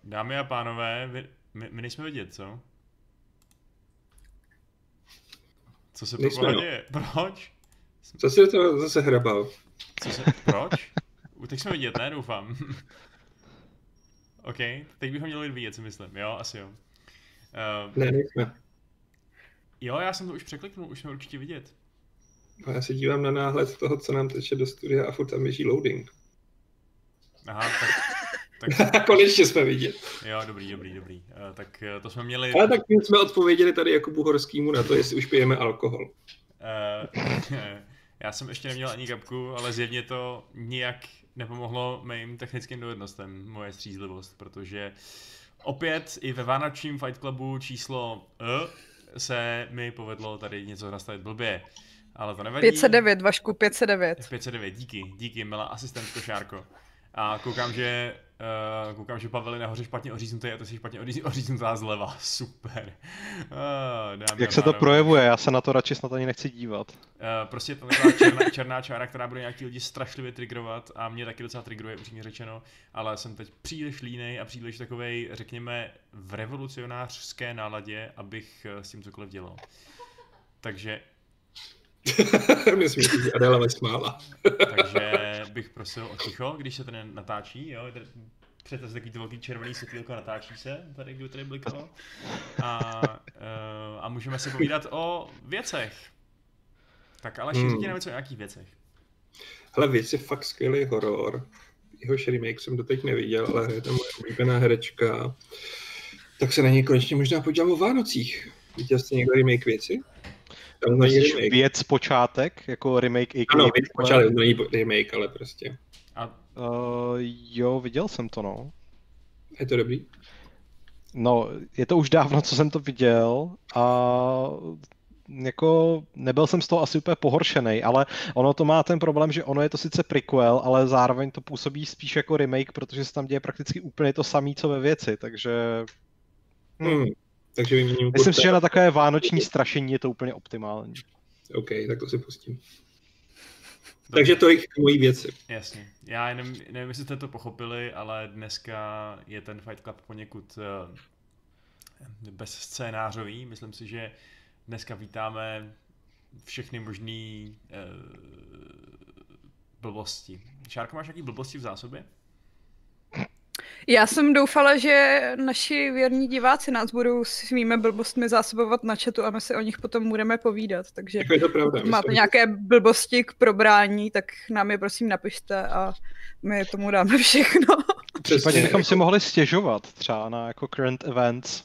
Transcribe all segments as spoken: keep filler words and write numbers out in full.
Dámy a pánové, vy, my, my nejsme vidět, co? Co se pro boha děje? Proč? Co jsi to zase hrabal? Co se, proč? Teď jsme vidět, ne? Doufám. OK, teď bychom měli vidět, si myslím. Jo, asi jo. Uh, ne, nejsme. Jo, já jsem to už překliknul, už jsme určitě vidět. A já se dívám na náhled toho, co nám teče do studia a furt tam běží loading. Aha, tak... tak... Konečně jsme vidět. Jo, dobrý, dobrý, dobrý. Uh, tak uh, to jsme měli... Ale tak my jsme odpověděli tady Jakubu Horskýmu na to, jestli už pijeme alkohol. Uh, já jsem ještě neměl ani kapku, ale zjevně to nijak nepomohlo mým technickým dovednostem, moje střízlivost, protože opět i ve vánočním Fight Clubu číslo E se mi povedlo tady něco nastavit blbě. Ale to nevadí. pět set devět, Vašku, pět set devět. pět set devět, díky, díky, milá asistentko Šárko. A koukám, že, uh, koukám, že Pavel je nahoře špatně oříznutý a to si špatně oříznutá zleva. Super. Uh, Jak se to projevuje? Já se na to radši snad ani nechci dívat. Uh, prostě to je černá, černá čára, která bude nějaký lidi strašlivě triggerovat a mě taky docela triggeruje, upřímně řečeno, ale jsem teď příliš línej a příliš takovej, řekněme, v revolucionářské náladě, abych s tím cokoliv dělal. Takže... Myslím, že Adela nesmála. Takže bych prosil o ticho, když se ten natáčí, jo, představ si takový to velký červený světýlko, natáčí se, tady kdo tady blikalo. A, uh, a můžeme si povídat o věcech. Tak ale hmm. řekni nám něco o nějakých věcech. Hele, věc je fakt skvělý horor. Jehož remake jsem doteď neviděl, ale je to moje oblíbená herečka. Tak se na něj konečně možná podívám o Vánocích. Viděl jste někdo remake věci? Myslíš věc počátek, jako remake a Ano, věc počátek, to není remake, ale prostě. A... Uh, jo, viděl jsem to, no. Je to dobrý? No, je to už dávno, co jsem to viděl a jako nebyl jsem z toho asi úplně pohoršený, ale ono to má ten problém, že ono je to sice prequel, ale zároveň to působí spíš jako remake, protože se tam děje prakticky úplně to samé, co ve věci, takže... Hmm. Takže vyměním Myslím si, že na takové vánoční strašení je to úplně optimální. OK, tak to si pustím. Dobře. Takže to je k mojí věci. Jasně. Já jenom, nevím, jestli jste to pochopili, ale dneska je ten Fight Club poněkud uh, bezscénářový. Myslím si, že dneska vítáme všechny možný uh, blbosti. Šárko, máš nějaký blbosti v zásobě? Já jsem doufala, že naši věrní diváci nás budou svými blbostmi zásobovat na chatu a my si o nich potom budeme povídat. Takže je to pravda, pokud máte nějaké blbosti k probrání, tak nám je prosím napište a my tomu dáme všechno. Případně bychom si mohli stěžovat třeba na jako current events.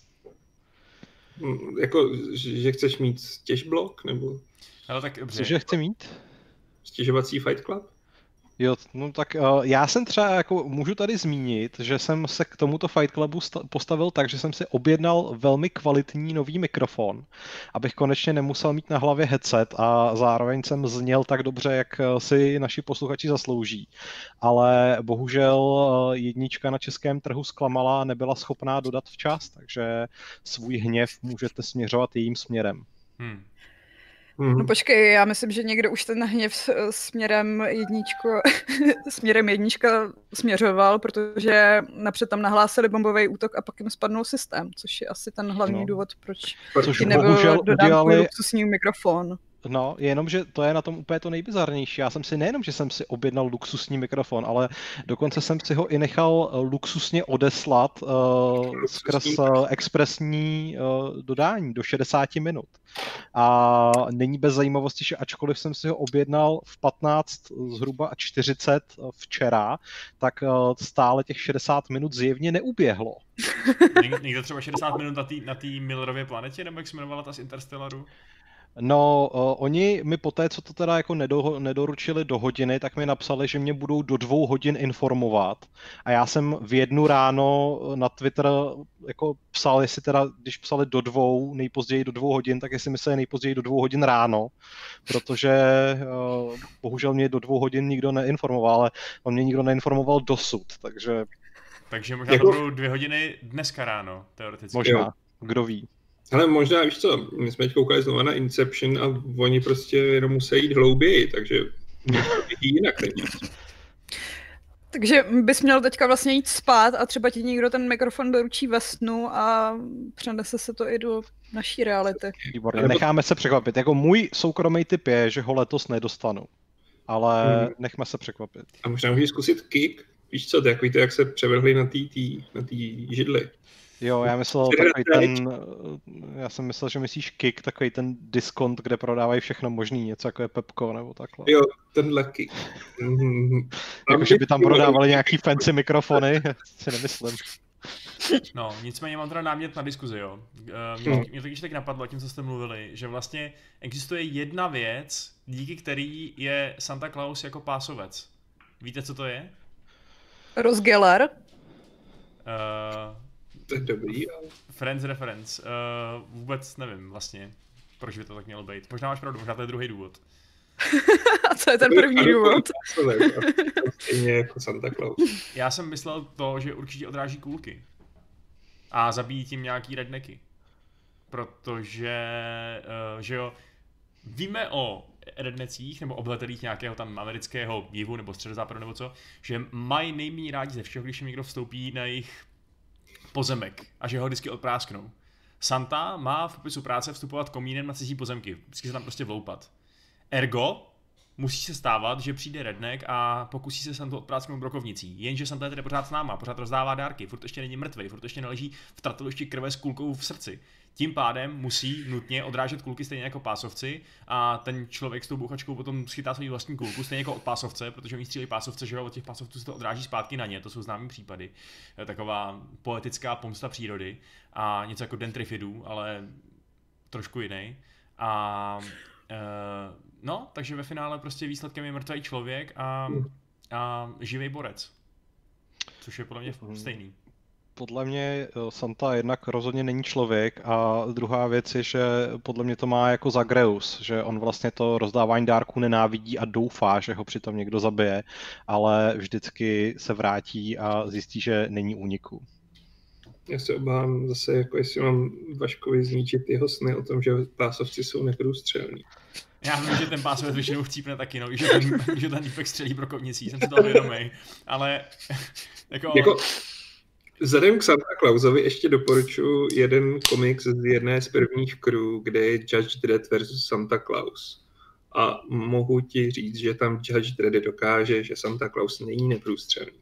Jako, že chceš mít stěžblok, nebo? Ale tak dobře. Cože chci mít? Stěžovací Fight Club? Jo, no tak uh, já jsem třeba jako můžu tady zmínit, že jsem se k tomuto Fight Clubu postavil tak, že jsem si objednal velmi kvalitní nový mikrofon, abych konečně nemusel mít na hlavě headset a zároveň jsem zněl tak dobře, jak si naši posluchači zaslouží. Ale bohužel jednička na českém trhu zklamala a nebyla schopná dodat včas, takže svůj hněv můžete směřovat jejím směrem. Hmm. No počkej, já myslím, že někdo už ten hněv směrem jedničko, směrem jednička směřoval, protože napřed tam nahlásili bombový útok a pak jim spadnul systém, což je asi ten hlavní no. důvod, proč ti nebyl dodán udělali... luxusní mikrofon. No, jenomže to je na tom úplně to nejbizarnější. Já jsem si nejenom, že jsem si objednal luxusní mikrofon, ale dokonce jsem si ho i nechal luxusně odeslat uh, skrz uh, expresní uh, dodání do šedesáti minut. A není bez zajímavosti, že ačkoliv jsem si ho objednal v patnáct zhruba a čtyřicet včera, tak uh, stále těch šedesát minut zjevně neuběhlo. Někdo třeba šedesát minut na té na Millerově planetě, nebo jak se jmenovala ta z Interstellaru? No, uh, oni mi poté, co to teda jako nedo, nedoručili do hodiny, tak mi napsali, že mě budou do dvou hodin informovat. A já jsem v jednu ráno na Twitter jako psal, jestli teda, když psali do dvou, nejpozději do dvou hodin, tak jestli mysleli nejpozději do dvou hodin ráno, protože uh, bohužel mě do dvou hodin nikdo neinformoval, ale on mě nikdo neinformoval dosud, takže... Takže možná to budou dvě hodiny dneska ráno, teoreticky. Možná, kdo ví. Ale možná, víš co, my jsme teď koukali znovu na Inception a oni prostě jenom musí jít hlouběji, takže jinak není. Takže bys měl teďka vlastně jít spát a třeba ti někdo ten mikrofon doručí ve snu a přenese se to i do naší reality. Výborně, necháme se překvapit. Jako můj soukromý tip je, že ho letos nedostanu. Ale hmm. nechme se překvapit. A možná můžeš zkusit kick. Víš co, takový to, jak se převrhli na té na židli. Jo, já myslel takový ten, já jsem myslel, že myslíš kick, takový ten diskont, kde prodávají všechno možný, něco jako je Pepco nebo takhle. Jo, tenhle kick. Mm-hmm. Jakože by tam prodávali nějaký fancy mikrofony, si nemyslím. No, nicméně mám teda námět na diskuzi, jo. Mě, mě to když tak napadlo, tím, co jste mluvili, že vlastně existuje jedna věc, díky který je Santa Claus jako pásovec. Víte, co to je? Rozgeller. Uh, to je dobrý, ale... Friends reference. Uh, vůbec nevím vlastně, proč by to tak mělo být. Možná máš pravdu, možná to je druhý důvod. A co je ten první důvod? Stejně jako Santa Claus. Já jsem myslel to, že určitě odráží kůlky. A zabíjí tím nějaký rednecky. Protože, uh, že jo, víme o rednecích nebo obyvatelích nějakého tam amerického jihu nebo středozápadu nebo co, že mají nejméně rádi ze všeho, když jim někdo vstoupí na jejich pozemek a že ho vždycky odprásknou. Santa má v popisu práce vstupovat komínem na cizí pozemky, vždycky se tam prostě vloupat. Ergo musí se stávat, že přijde redneck a pokusí se Santu odprásknout brokovnicí. Jenže Santa je tedy pořád s náma, pořád rozdává dárky, furt ještě není mrtvej, furt ještě neleží v tratovišti krve s kulkou v srdci. Tím pádem musí nutně odrážet kulky stejně jako pásovci a ten člověk s tou bouchačkou potom schytá svou vlastní kulku, stejně jako od pásovce, protože oni střílejí pásovce, že od těch pásovců se to odráží zpátky na ně, to jsou známý případy. Je taková poetická pomsta přírody a něco jako dentrifidů, ale trošku jiný. A e, no, takže ve finále prostě výsledkem je mrtvý člověk a, a živý borec, což je podle mě stejný. Podle mě Santa jednak rozhodně není člověk a druhá věc je, že podle mě to má jako Zagreus, že on vlastně to rozdávání dárků nenávidí a doufá, že ho přitom někdo zabije, ale vždycky se vrátí a zjistí, že není úniku. Já se obávám zase, jako jestli mám Vaškovi zničit jeho sny o tom, že pásovci jsou neprůstřelní. Já vím, že ten pásovec většinou chcípne taky, no, že ten, že ten týpek střelí brokovnicí, jsem si toho vědomý, ale jako... jako... Vzhledem k Santa Clausovi ještě doporučuji jeden komiks z jedné z prvních crew, kde je Judge Dredd versus Santa Claus. A mohu ti říct, že tam Judge Dredd dokáže, že Santa Claus není neprůstřelný.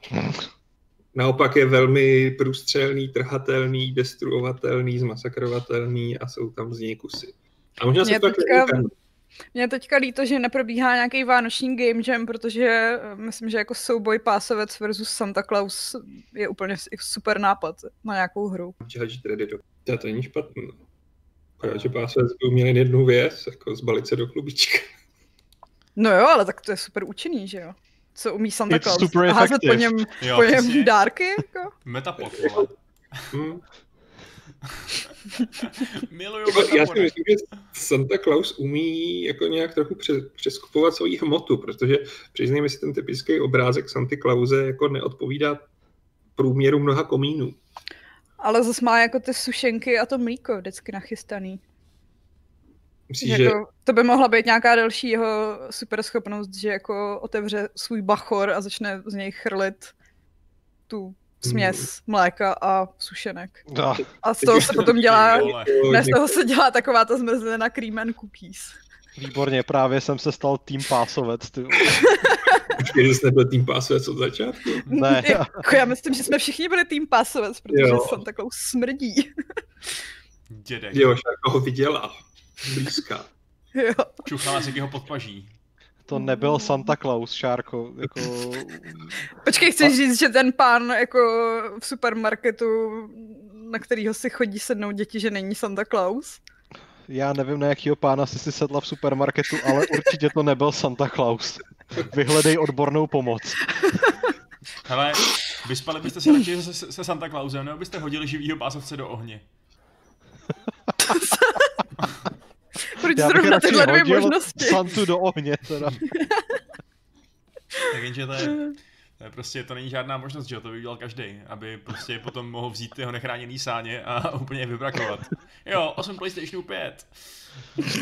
Naopak je velmi průstřelný, trhatelný, destruovatelný, zmasakrovatelný a jsou tam z něj kusy. A možná se to teďka... Mně je teďka líto, že neprobíhá nějaký vánoční game jam, protože myslím, že jako souboj pásovec versus Santa Claus je úplně super nápad na nějakou hru. To, to není špatné. Akorát, že pásovec by uměl jen jednu věc, jako zbalit se do klubička. No jo, ale tak to je super účinný, že jo? Co umí Santa Claus? Super házet po něm, jo, po něm dárky? Jako? Metapod, vole. Hmm. Miluju jako, já si myslím, že Santa Claus umí jako nějak trochu přeskupovat svoji hmotu, protože přiznejme si, ten typický obrázek Santy Klause jako neodpovídá průměru mnoha komínů. Ale zase má jako ty sušenky a to mlíko vždycky nachystaný. Myslíš, jako, že... To by mohla být nějaká další jeho superschopnost, že jako otevře svůj bachor a začne z něj chrlit tu směs mléka a sušenek. No. A z toho se potom dělá, ne, z toho se dělá taková ta zmrzlina cream and cookies. Výborně, právě jsem se stal tým pásovec, ty. Počkej, že jsi nebyl tým pásovec od začátku? Ne. Jako já myslím, že jsme všichni byli tým pásovec, protože jo. Santa Claus smrdí. Dědek. Jo, Šárko ho viděla. Blízka. Jo. Čuchala se k jeho podpaží. To nebyl Santa Claus, Šárko, jako... Počkej, chceš a... říct, že ten pán jako v supermarketu, na kterýho si chodí sednout děti, že není Santa Claus? Já nevím, na jakýho pána jsi si sedla v supermarketu, ale určitě to nebyl Santa Claus. Vyhledej odbornou pomoc. Hele, vyspali byste se radši se, se Santa Clausem, nebo byste hodili živýho pásovce do ohně? Proč zrovna tyhle dvě možnosti? Santu do ohně teda. Tak jenže to je, to je prostě, to není žádná možnost, že to by udělal každý, aby prostě potom mohl vzít jeho nechráněný sáně a úplně vybrakovat. Jo, osm PlayStation pět.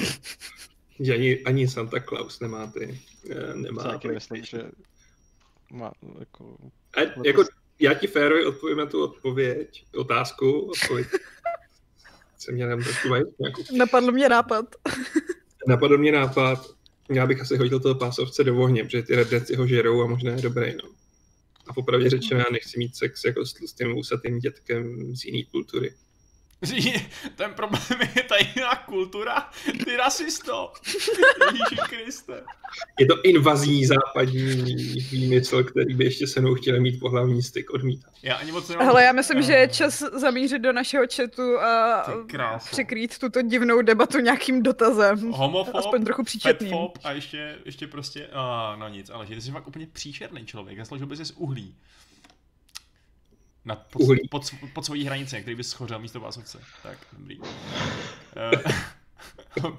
Že ani, ani Santa Claus nemá ty, nemá. Taky myslím, že má, jako... A, jako, já ti férově odpovím na tu odpověď, otázku, odpověď. Jsem měl trošku nějakou... Napadl mě nápad. Napadl mě nápad, já bych asi hodil toho pásovce do ohně, protože ty redneci ho žerou a možná je dobrý, no. A popravdě řečeno, já nechci mít sex jako s tlustým úsatým dětkem z jiné kultury. Ten problém je ta jiná kultura, ty rasisto. Ježíši Kriste. Je to invazní západní výmysl, který by ještě se mnou chtěl mít pohlavní styk, odmítá. Já ani moc nemám... Hele, já myslím, že je čas zamířit do našeho chatu a překrýt tuto divnou debatu nějakým dotazem. Homofob, aspoň trochu příčetným. fatfob a ještě, ještě prostě, ah, no nic, ale že ty jsi fakt úplně příšerný člověk, já složil bys z uhlí. Na, pod, uhlí. Pod, pod, pod svojí hranice, který bys schořel místo pásovce. Tak, dobrý. Uh, OK.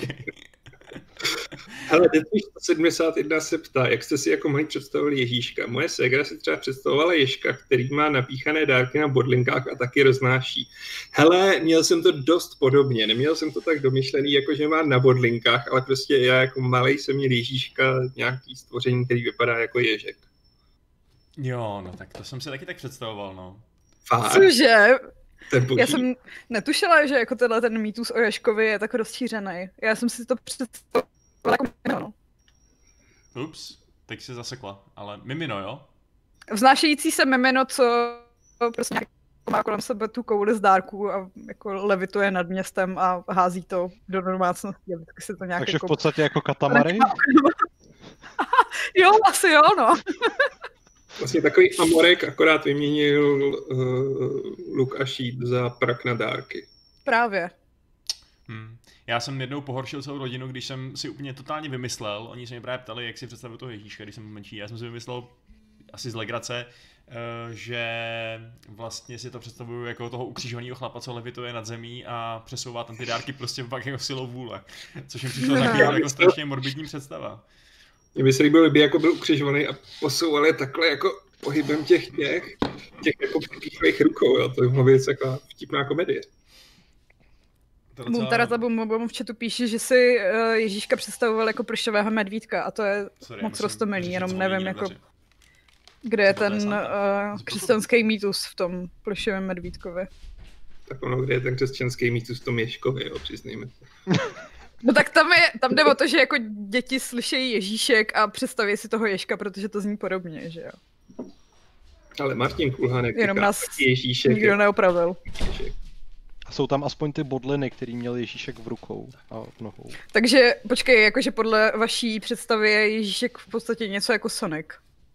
Hele, Deadfish sedmdesát jedna se ptá, jak jste si jako malý představili Ježíška. Moje ségra si třeba představovala Ježka, který má napíchané dárky na bodlinkách a taky roznáší. Hele, měl jsem to dost podobně. Neměl jsem to tak domyšlený, jako že má na bodlinkách, ale prostě já jako malej jsem měl Ježíška, nějaký stvoření, který vypadá jako ježek. Jo, no tak to jsem si taky tak představoval, no. Fakt? Cože? Já jsem netušila, že jako tenhle ten mýtus o Ježkovi je tak rozšířený. Já jsem si to představila jako mimino. Ups, teď se zasekla, ale mimino, jo? Vznášející se mimino, co prostě má kolem sebe tu kouli z dárků a jako levituje nad městem a hází to do domácnosti. Se to nějak takže jako... v podstatě jako katamary? Jo, asi jo, no. Vlastně takový amorek, akorát vyměnil uh, luk a šíp za prak na dárky. Právě. Hmm. Já jsem jednou pohoršil celou rodinu, když jsem si úplně totálně vymyslel, oni se mě právě ptali, jak si představil toho Ježíška, když jsem menší, já jsem si vymyslel asi z legrace, uh, že vlastně si to představuju jako toho ukřižovaného chlapa, co levituje nad zemí a přesouvá tam ty dárky prostě pak jako silou vůle, což mi přišlo takový jako strašně morbidní představa. Mně by se líbilo, kdyby jako byl ukřižovaný a posouval je takhle jako pohybem těch těch, těch jako píchových rukou, jo. To by mohla být taková vtipná komedie. Muntarata Bumbomu v chatu píše, že si uh, Ježíška představoval jako plyšového medvídka a to je Sorry, moc roztomilý, jenom nevím jako, kde je ten uh, křesťanský mýtus v tom plyšovém medvídkovi. Tak ono, kde je ten křesťanský mýtus v tom Ježkovi, jo, přiznejme. No tak tam, je, tam jde o to, že jako děti slyšejí Ježíšek a představí si toho Ježka, protože to zní podobně, že jo. Ale Martin Kulhánek jenom nás Ježíšek nikdo je... neopravil. A jsou tam aspoň ty bodliny, který měl Ježíšek v rukou a v nohou. Takže počkej, jakože podle vaší představy je Ježíšek v podstatě něco jako Sonic.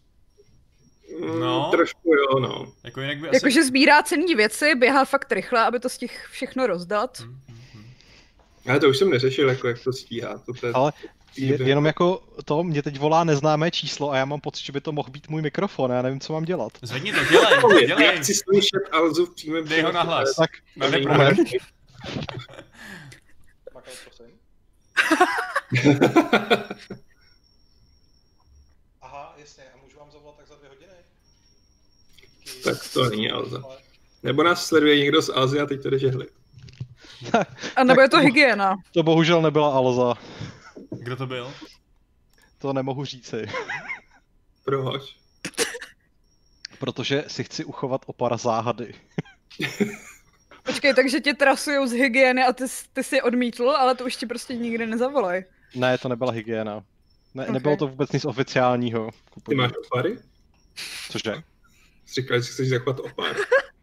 No. Trošku jo, no. Jako jinak by asi... Jakože sbírá cenní věci, běhá fakt rychle, aby to stihl všechno rozdat. Hmm. Ale to už jsem neřešil, jako jak to stíhá. To je... Ale je, jenom jako to, mě teď volá neznámé číslo a já mám pocit, že by to mohl být můj mikrofon a já nevím, co mám dělat. Zvedni to, dělej, dělej. Já chci slyšet Alzu v přímém Dej ho na hlas. Tak, no, nepromer. Aha, jasně, a můžu vám zavolat tak za dvě hodiny? Tak to není Alza. Nebo nás sleduje někdo z Alzy a teď to jde žehlit. A nebo je to hygiena. To bohužel nebyla Alza. Kdo to byl? To nemohu říci. Proč? Protože si chci uchovat opara záhady. Počkej, takže tě trasujou z hygieny a ty, ty jsi odmítl, ale to už ti prostě nikdy nezavolaj. Ne, to nebyla hygiena. Ne, okay. Nebylo to vůbec nic oficiálního. Ty máš opary? Cože? Jsi říkal, že si chceš zachovat opar.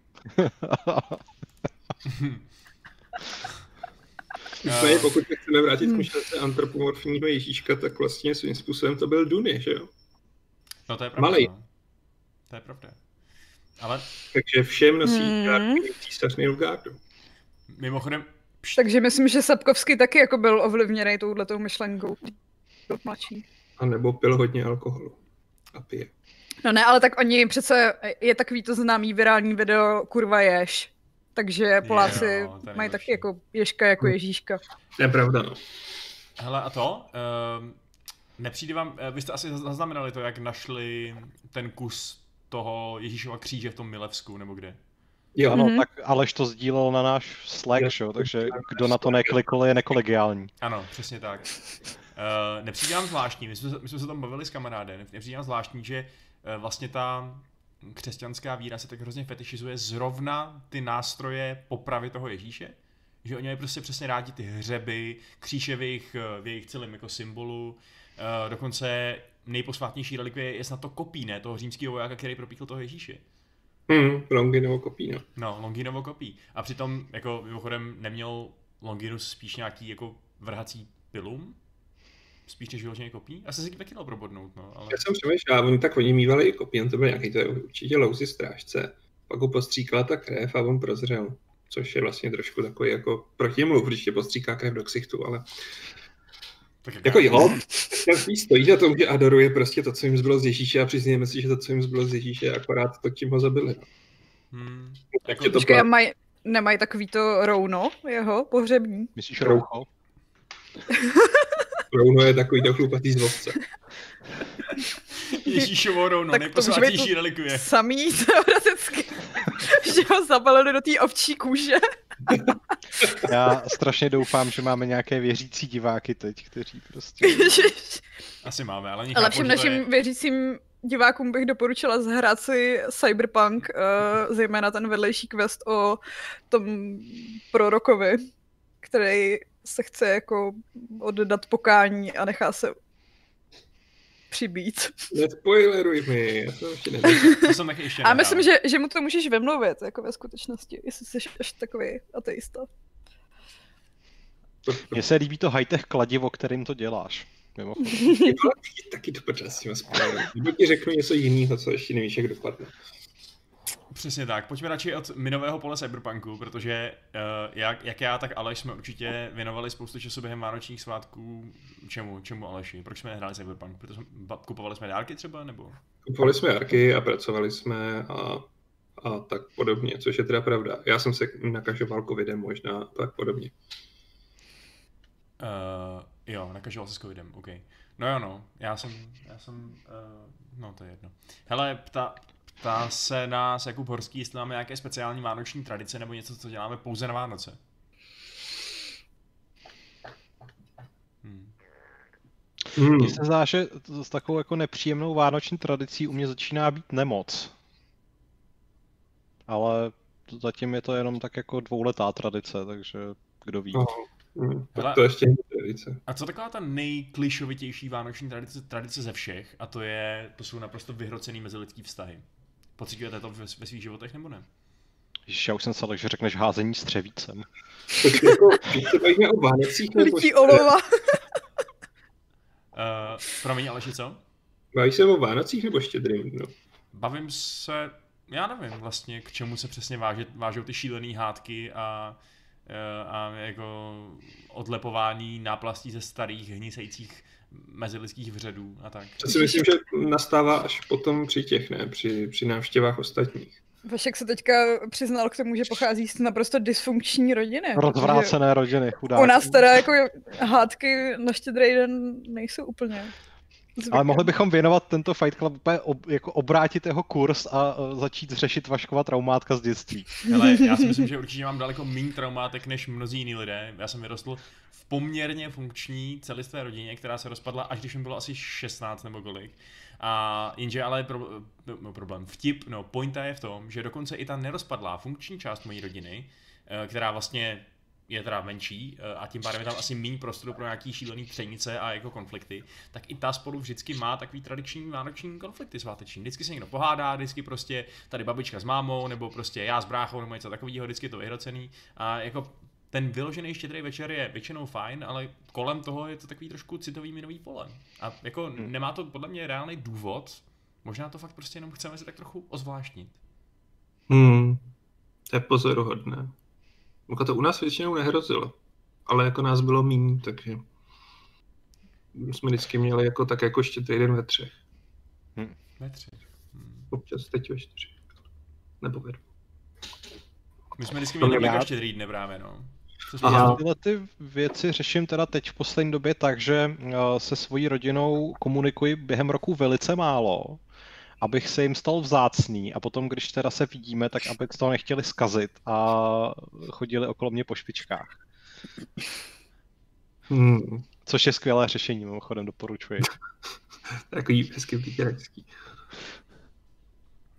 Nicméně, pokud se chceme vrátit k myšlence antropomorfního Ježíška, tak vlastně svým způsobem to byl Duny, že jo? No to je pravda. Malej. No. To je pravda. Ale... Takže všem nosí hmm. císař Nilfgaardu. Mimochodem... Pšt. Takže myslím, že Sapkovský taky jako byl ovlivněný touhletou myšlenkou. Byl mladší. A nebo pil hodně alkoholu. A pije. No ne, ale tak oni přece, je takový to známý virální video Kurva jež. Takže Poláci jo, mají taky jako Ježka jako Ježíška. To je pravda, no. Hele, a to? Uh, nepřijde vám, vy jste asi zaznamenali to, jak našli ten kus toho Ježíšova kříže v tom Milevsku, nebo kde? Jo, ano, mm-hmm. Tak Aleš to sdílel na náš Slack, show, takže kdo na to neklikl, je nekolegiální. Ano, přesně tak. Uh, nepřijde vám zvláštní, my jsme, my jsme se tam bavili s kamarádem, nepřijde vám zvláštní, že vlastně ta křesťanská víra se tak hrozně fetišizuje zrovna ty nástroje popravy toho Ježíše, že oni mají prostě přesně rádi ty hřeby, kříže v jejich, v jejich celém jako symbolu, dokonce nejposvátnější relikvie je snad to kopí, ne, toho římského vojáka, který propíchl toho Ježíše. Hmm, Longinovo kopí, no. No, Longinovo kopí. A přitom, jako mimochodem, neměl Longinus spíš nějaký jako vrhací pilum? Spíš než vyloženě kopí? Asi se taky dal probodnout, no. Ale... Já jsem přemýšlel, oni tak oni mívali i kopí, on to byl nějaký, to je určitě lousy strážce. Pak ho postříkala ta krev a on prozřel. Což je vlastně trošku takový jako protimluv, když tě postříká krev do ksichtu, ale... Tak jak jako jo, tak stojí za tom, že adoruje prostě to, co jim zbylo z Ježíše a přizníme si, že to, co jim zbylo z Ježíše, akorát to, čím ho zabili. Hmm. Takže to plá... maj, nemají takový to rouno jeho pohřební? Myslíš roucho? Rouno je takový to chlupatý zvovce. Ježíšovo rouno, nejposvátější relikvie. Samý teoreticky, že ho zabalili do té ovčí kůže. Já strašně doufám, že máme nějaké věřící diváky teď, kteří prostě... Asi máme, ale Ale všem našim je... věřícím divákům bych doporučila zahrát si Cyberpunk, uh, zejména ten vedlejší quest o tom prorokovi, který se chce jako oddat pokání a nechá se přibít. Nespoileruj mi, já jsem ještě nevěděl. To jsem taky ještě A myslím, že, že mu to můžeš vymluvit, jako ve skutečnosti, jestli jsi až takový ateista. Mně se líbí to high-tech kladivo, kterým to děláš. Taky to počas s tím spoilerem. Nebo ti řeknu něco jiného, co ještě nevíš, jak dopadne. Přesně tak. Pojďme radši od minového pole Cyberpunku, protože uh, jak, jak já, tak Aleš jsme určitě věnovali spoustu času během vánočních svátků. Čemu? Čemu Aleši? Proč jsme nehráli Cyberpunk? Protože kupovali jsme dárky třeba, nebo? Kupovali jsme dárky a pracovali jsme a, a tak podobně, což je teda pravda. Já jsem se nakažoval covidem možná, tak podobně. Uh, jo, nakažoval se s covidem, OK. No jo, no, já jsem, já jsem, uh, no to je jedno. Hele, pta, ptá se nás Jakub Horský, jestli máme nějaké speciální vánoční tradice nebo něco, co děláme pouze na Vánoce. Hmm. Mně se zdá, že s takovou jako nepříjemnou vánoční tradicí u mě začíná být nemoc. Ale zatím je to jenom tak jako dvouletá tradice, takže kdo ví. Oh. Hmm, tak to ještě tradice. A co taková ta nejklišovitější vánoční tradice, tradice ze všech, a to je, to jsou naprosto vyhrocený mezilidský vztahy. Pocitujete to ve, ve svých životech, nebo ne? Ježiš, já už jsem se ale, že řekneš házení střevícem. Tak jako, když se bavíme o Vánocích, nebo... Lití olova. uh, promiň, Aleši, co? Bavíš se o Vánocích nebo Štědrým dnu? Bavím se, já nevím vlastně, k čemu se přesně váží, vážou ty šílený hádky a a jako odlepování náplastí ze starých hnisejících mezilidských vředů a tak. Já si myslím, že nastává až potom při těch, ne? Při, při návštěvách ostatních. Vašek se teďka přiznal k tomu, že pochází z naprosto dysfunkční rodiny. Rozvrácené rodiny, chudák. U nás teda jako hádky na Štědrý den nejsou úplně zvykem. Ale mohli bychom věnovat tento Fight Club úplně ob, jako obrátit jeho kurz a uh, začít řešit Vaškova traumátka z dětství. Ale já si myslím, že určitě mám daleko méně traumátek než mnozí jiní lidé. Já jsem vyrostl v poměrně funkční celistvé rodině, která se rozpadla, až když mi bylo asi šestnáct nebo kolik. A jenže ale pro, no, problém, vtip, no pointa je v tom, že dokonce i ta nerozpadlá funkční část mojí rodiny, která vlastně je teda menší a tím pádem je tam asi méně prostoru pro nějaký šílený třenice a jako konflikty, tak i ta spolu vždycky má takový tradiční vánoční konflikty sváteční. Vždycky se někdo pohádá, vždycky prostě tady babička s mámou, nebo prostě já s bráchou, nebo něco takového, vždycky je to vyhrocený. A jako ten vyložený Štědrý večer je většinou fajn, ale kolem toho je to takový trošku citový minový pole. A jako hmm. nemá to podle mě reálný důvod, možná to fakt prostě jenom chceme si tak trochu ozvláštnit. Hmm, to je pozoruhodné. Jako to u nás většinou nehrozilo, ale jako nás bylo míň, takže jsme vždycky měli jako tak jako Štědrý den ve třech. Hmm. Ve třech. Hmm. Občas teď ve čtyřech. Nebo ve dvou. My jsme vždycky měli mega Štědrý dny právě, no. Já tyhle ty věci řeším teda teď v poslední době tak, že se svojí rodinou komunikuji během roku velice málo, abych se jim stal vzácný a potom, když teda se vidíme, tak aby to nechtěli zkazit a chodili okolo mě po špičkách. Hmm. Což je skvělé řešení, mimochodem doporučuji. Takový hezký vyděračský.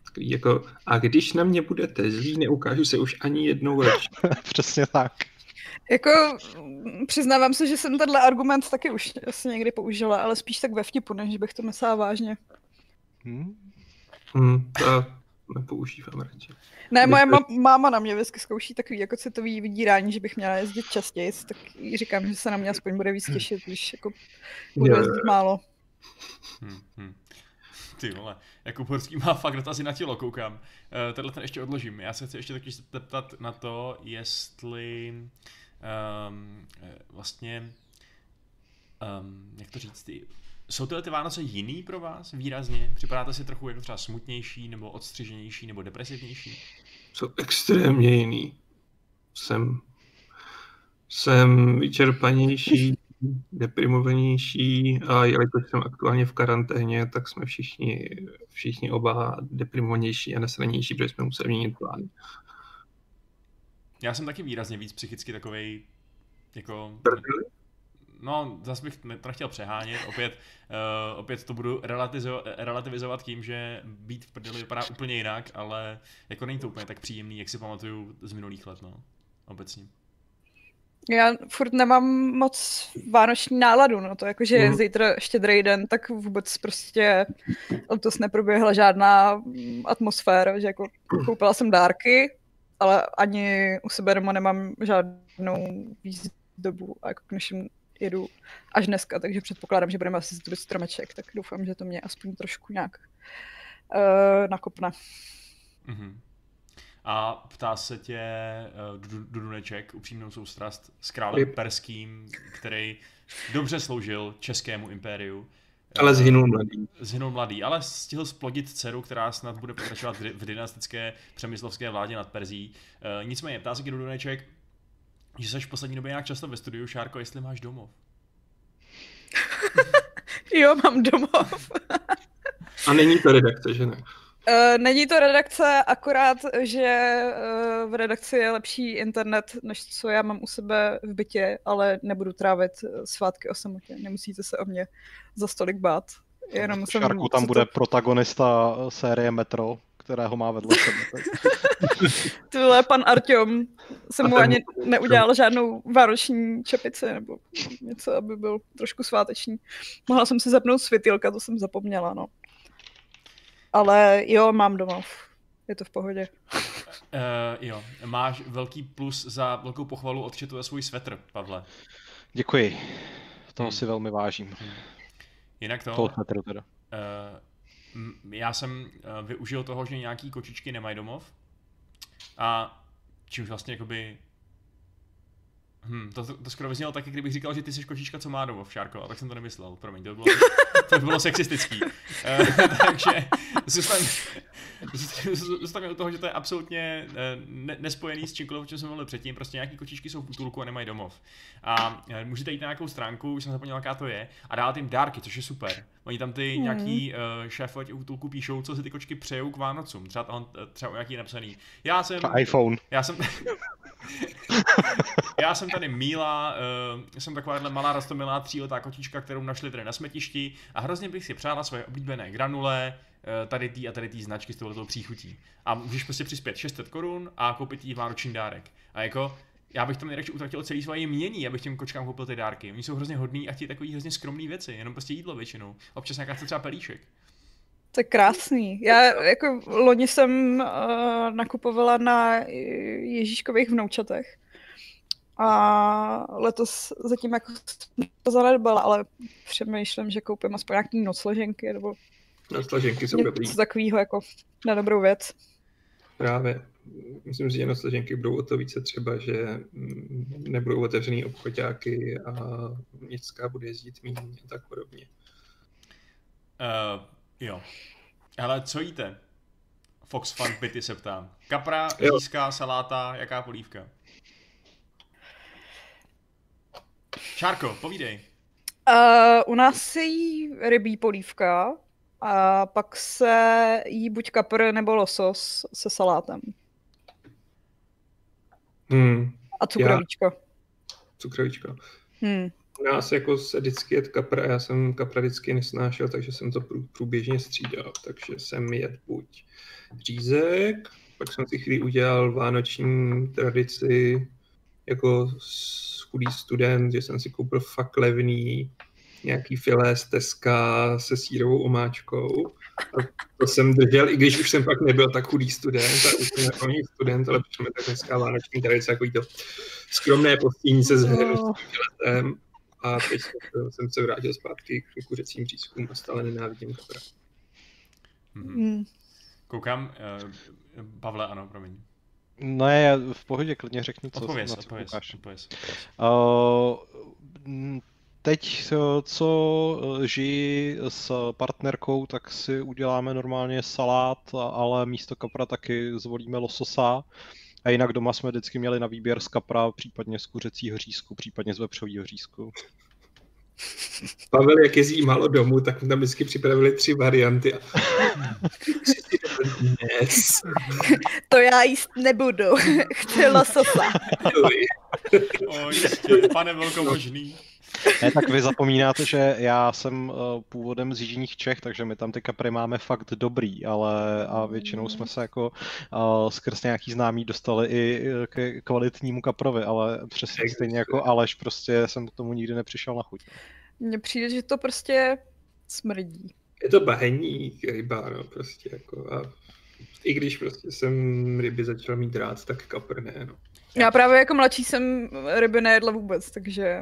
Jako, a když na mě budete zlí, neukážu se už ani jednou lepší. Přesně tak. Jako přiznávám se, že jsem tenhle argument taky už asi někdy použila, ale spíš tak ve vtipu, než bych to myslela vážně. Hmm. Hmm, to nepoužívám radši. Ne, moje ma- máma na mě vždycky zkouší takový jako citový vydírání, že bych měla jezdit častěji, tak jí říkám, že se na mě aspoň bude víc těšit, když jako budu jezdit málo. Hmm, hmm. Ty vole, Jakub Horský má fakt dotazy na tělo, koukám. Uh, tenhle ten ještě odložím. Já se chci ještě taky zeptat na to, jestli um, vlastně, um, jak to říct, ty, jsou tyhle ty Vánoce jiný pro vás výrazně? Připadáte si trochu jako třeba smutnější, nebo odstřiženější, nebo depresivnější? Jsou extrémně jiný. Jsem, jsem vyčerpanější, deprimovanější a jelikož jsem aktuálně v karanténě, tak jsme všichni, všichni oba deprimovanější a nesranější, protože jsme museli měnit plán. Já jsem taky výrazně víc psychicky takovej, jako... Prdeli? No, zase bych to nechtěl přehánět, opět, uh, opět to budu relatizo- relativizovat tím, že být v prdeli vypadá úplně jinak, ale jako není to úplně tak příjemný, jak si pamatuju z minulých let, no, obecně. Já furt nemám moc vánoční náladu, no to jakože Mhm. mm. zítra štědrý den, tak vůbec prostě letos neproběhla žádná atmosféra, že jako koupila jsem dárky, ale ani u sebe doma nemám žádnou výzdobu a jako k našim jedu až dneska, takže předpokládám, že budeme asi zdobit stromeček, tak doufám, že to mě aspoň trošku nějak uh, nakopne. Mm-hmm. A ptá se tě uh, Duduneček, upřímnou soustrast s králem Yep. perským, který dobře sloužil českému impériu. Ale zhynul mladý. Zhynul mladý, ale stihl splodit dceru, která snad bude pokračovat v dynastické přemyslovské vládě nad Perzí. Uh, nicméně, ptá se tě Duduneček, že jsi v poslední době nějak často ve studiu, Šárko, jestli máš domov. Jo, mám domov. A není to redakce, že ne? Uh, není to redakce, akorát, že uh, v redakci je lepší internet, než co já mám u sebe v bytě, ale nebudu trávit svátky o samotě. Nemusíte se o mě za stolik bát. Jenom jsem, Šárku, tam co bude to... protagonista série Metro, kterého má vedle sebe. Tyhle pan Artyom jsem A mu ten- ani neudělal žádnou vánoční čepici nebo něco, aby byl trošku sváteční. Mohla jsem si zapnout světýlka, to jsem zapomněla, no. Ale jo, mám domov. Je to v pohodě. Uh, jo, máš velký plus za velkou pochvalu od chatu za svůj svetr, Pavle. Děkuji. Toho Hmm. si velmi vážím. Jinak to... Toho svetru teda. Uh, m- já jsem uh, využil toho, že nějaký kočičky nemají domov. A čímž vlastně jakoby... Hm, to, to, to skoro vyznělo tak, kdybych říkal, že ty jsi kočička, co má domov, Šárko, a tak jsem to nemyslel, promiň, to by bylo, to by bylo sexistický. Uh, takže zůstavíme u toho, že to je absolutně uh, ne, nespojený s čímkoliv, o čem jsme mluvili předtím, prostě nějaký kočičky jsou v útulku a nemají domov. A uh, můžete jít na nějakou stránku, už jsem zapomněl, jaká to je, a dát jim dárky, což je super. Oni tam ty hmm. nějaký uh, šéfové těch útulků píšou, co si ty kočky přejou k Vánocům, třeba, tam, třeba o nějaký je napsaný. Já jsem... iPhone. Já jsem... Já jsem tady Míla, uh, jsem takováhle malá roztomilá tříletá kočička, kterou našli tady na smetišti a hrozně bych si přála svoje oblíbené granule, uh, tady tý a tady tý značky s touhletou příchutí. A můžeš prostě přispět šest set korun a koupit jí vánoční dárek. A jako, já bych tam nejradši utratil celý svoje jmění, abych těm kočkám koupil ty dárky. Oni jsou hrozně hodní a chtějí takový hrozně skromný věci, jenom prostě jídlo většinou. Občas nějaká třeba pelíšek. To je krásný. Já jako loni jsem uh, nakupovala na Ježíškových vnoučatech. A letos zatím jako to zanedbala, ale přemýšlím, že koupím aspoň nějaký nocleženky nebo Nocleženky jsou dobrý. něco takového jako na dobrou věc. Právě. Myslím si, že nocleženky budou o to více třeba, že nebudou otevřený obchoďáky a městská bude jezdit míň a tak podobně. Uh, jo. Ale co jíte? Fox Fun Pity se ptám. Kapra, řízka, saláta, jaká polívka? Šárko, povídej. Uh, u nás se jí rybí polívka a pak se jí buď kapr nebo losos se salátem. Hmm. A cukrovíčko. Cukrovíčko. Hmm. U nás jako se vždycky jet kapra, já jsem kapra vždycky nesnášel, takže jsem to průběžně střídal, takže jsem jet buď řízek, pak jsem si chvíli udělal vánoční tradici jako chudý student, že jsem si koupil fakt levný nějaký filé z Teska se sírovou omáčkou. A to jsem držel, i když už jsem pak nebyl tak chudý student, a už jsem nebyl student, ale přišel mi tak dneska vánoční tradice, jako to skromné postíní se s hřeletem. A teď jsem se vrátil zpátky k kuřecím řízkům a stále nenávidím kapra. Mm-hmm. Koukám, uh, Pavle, ano, promiň. No je, v pohodě, klidně řekni, co odpověz, na co odpověz, koukáš. odpověz. Uh, teď, co žiji s partnerkou, tak si uděláme normálně salát, ale místo kapra taky zvolíme lososa. A jinak doma jsme vždycky měli na výběr z kapra, případně z kuřecího řízku, případně z vepřovýho řízku. Pavel, jak jezdí málo domů, tak tam vždycky připravili tři varianty. Dnes. To já jíst nebudu. Chci lososa. O, jistě, pane velkomožný. Ne, tak vy zapomínáte, že já jsem uh, původem z jižních Čech, takže my tam ty kapry máme fakt dobrý, ale a většinou jsme se jako uh, skrz nějaký známý dostali i k kvalitnímu kaprovi, ale přesně stejně jako Aleš, prostě jsem k tomu nikdy nepřišel na chuť. Mně přijde, že to prostě smrdí. Je to bahenní ryba, no, prostě jako a i když prostě jsem ryby začal mít rád, tak kapr ne, no. Já právě jako mladší jsem ryby nejedla vůbec, takže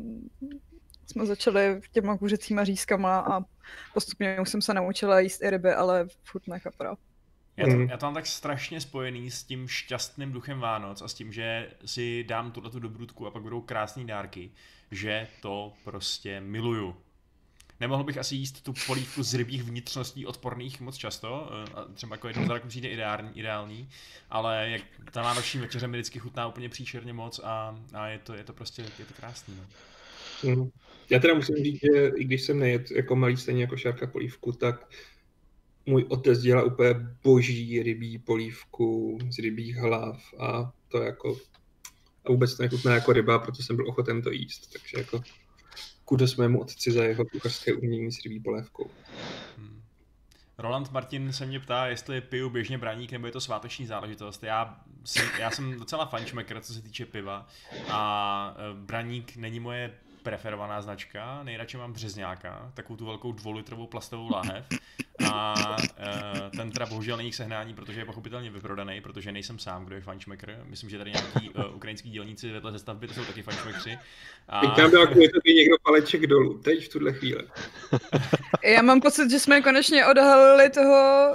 jsme začali těma kuřecíma řízkama a postupně už jsem se naučila jíst i ryby, ale furt ne kapra. Já to, já to mám tak strašně spojený s tím šťastným duchem Vánoc a s tím, že si dám tuhletu dobrůdku a pak budou krásný dárky, že to prostě miluju. Nemohl bych asi jíst tu polívku z rybích vnitřností odporných moc často, a třeba jako jednou za rok přijde ideální, ideální, ale jak ta vánoční večeře mi vždycky chutná úplně příšerně moc a, a je, to, je to prostě je to krásný. No. Mm. Já teda musím říct, že i když jsem nejet jako malý stejně jako Šárka polívku, tak můj otec dělá úplně boží rybí polívku z rybích hlav a to jako a vůbec to nechutná jako ryba, proto jsem byl ochoten to jíst, takže jako kudos mému otci za jeho kuchařské umění s rybí polévkou. Hmm. Roland Martin se mě ptá, jestli piju běžně braník, nebo je to sváteční záležitost. Já, si, já jsem docela fančmekr, co se týče piva a braník není moje preferovaná značka, nejradši mám Březňáka, takovou tu velkou dvoulitrovou plastovou láhev a e, ten teda bohužel není k sehnání, protože je pochopitelně vyprodaný, protože nejsem sám, kdo je fančmekr. Myslím, že tady nějaký e, ukrajinský dělníci vedle ze stavby, to jsou taky fančmekři. A... Teď tam dal kvůli tobě někdo paleček dolů, teď v tuhle chvíli. Já mám pocit, že jsme konečně odhalili toho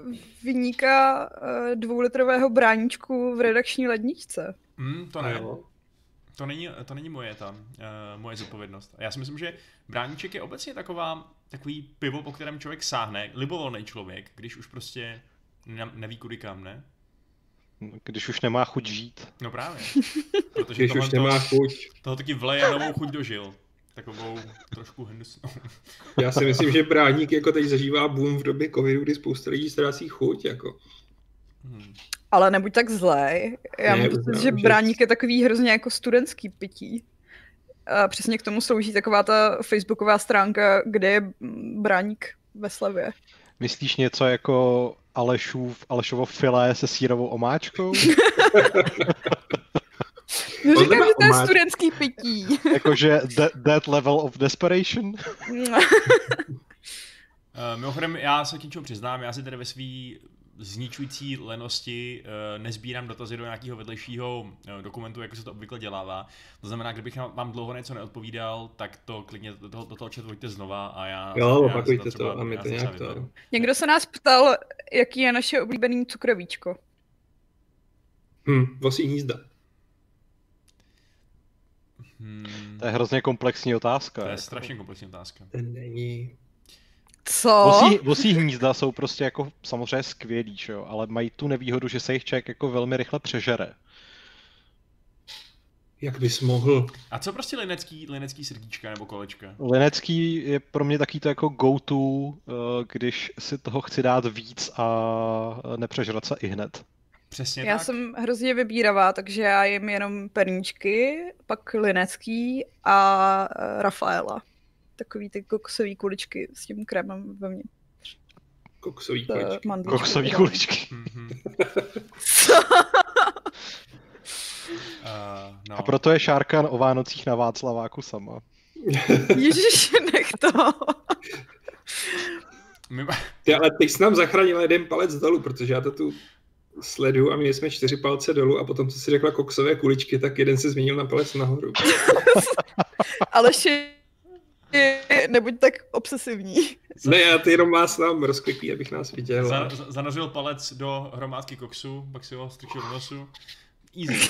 viníka dvoulitrového bráníčku v redakční ledničce. Mm, to ne. To není, to není moje ta, uh, moje zodpovědnost. Já si myslím, že bráníček je obecně taková, takový pivo, po kterém člověk sáhne, libovolný člověk, když už prostě ne, neví kudy kam, ne? Když už nemá chuť žít. No právě. Protože když už nemá chuť. Toho taky vleje novou chuť dožil. Takovou trošku hnusnou. Já si myslím, že bráník jako teď zažívá boom v době covidu, kdy spousta lidí ztrácí chuť, jako. Hmm. Ale nebuď tak zlej. Já ne, mám pocit, že bráník je takový hrozně jako studentský pití. A přesně k tomu slouží taková ta facebooková stránka, kde je bráník ve slevě. Myslíš něco jako Alešův, Alešovo filé se sírovou omáčkou? No říkám, že to je studentský pití. Jakože that, that level of desperation? uh, mimochodem, já se k něčemu přiznám, já si tady ve svý zničující lenosti uh, nezbírám dotazy do nějakého vedlejšího uh, dokumentu, jako se to obvykle dělává. To znamená, kdybych vám dlouho něco neodpovídal, tak to klidně do toho, do toho chatu hoďte znova a já... Jo, já opakujte to, třeba, to a my to nějak to... Někdo se nás ptal, jaký je naše oblíbený cukrovíčko. Hm, vosí hnízda. Hmm. To je hrozně komplexní otázka. To je jako. strašně komplexní otázka. To není... Co? Vosí, vosí hnízda jsou prostě jako samozřejmě skvělý, čo? Ale mají tu nevýhodu, že se jich člověk jako velmi rychle přežere. Jak bys mohl? A co prostě linecký, linecký srdíčka nebo kolečka? Linecký je pro mě taky to jako go-to, když si toho chci dát víc a nepřežrat se i hned. Přesně Já tak. jsem hrozně vybíravá, takže já jim jenom perníčky, pak Linecký a Rafaela. Takový ty kokosový kuličky s tím krémem ve mně. Koksový To kuličky. mandličky. Koksový kuličky. Mhm. Uh, no. A proto je Šárka o Vánocích na Václaváku sama. Ježiš, nech to. My... Ty, ale teď jsi nám zachránil jeden palec dolů, protože já to tu sleduju a měli jsme čtyři palce dolů a potom, co si řekla koksové kuličky, tak jeden se změnil na palec nahoru. Aleši, nebuď tak obsesivní. Ne, já ty jenom má nám rozkliklý, abych nás viděl. Za, za, zanořil palec do hromádky koksu, pak si ho strčil do nosu. Easy.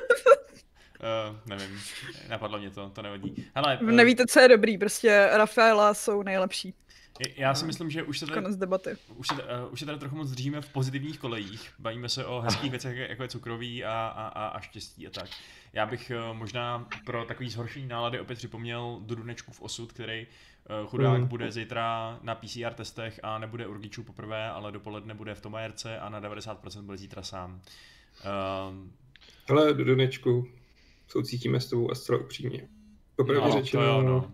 Uh, nevím, napadlo mě to, to nevadí. Hele, uh, Nevíte, co je dobrý, prostě Rafaela jsou nejlepší. Já si myslím, že už se tady, Konec debaty. už se, uh, už se tady trochu moc držíme v pozitivních kolejích. Bavíme se o hezkých věcech, jako je cukroví a, a, a, a štěstí a tak. Já bych uh, možná pro takový zhoršení nálady opět připomněl Dudunečkův osud, který uh, chudák mm. bude zítra na P C R testech a nebude u rodičů poprvé, ale dopoledne bude v Tomajerce a na devadesát procent bude zítra sám. Uh, Hele, Dudunečku, soucítíme s tebou a zcela upřímně. Popravdě no, řečeno, jo, no.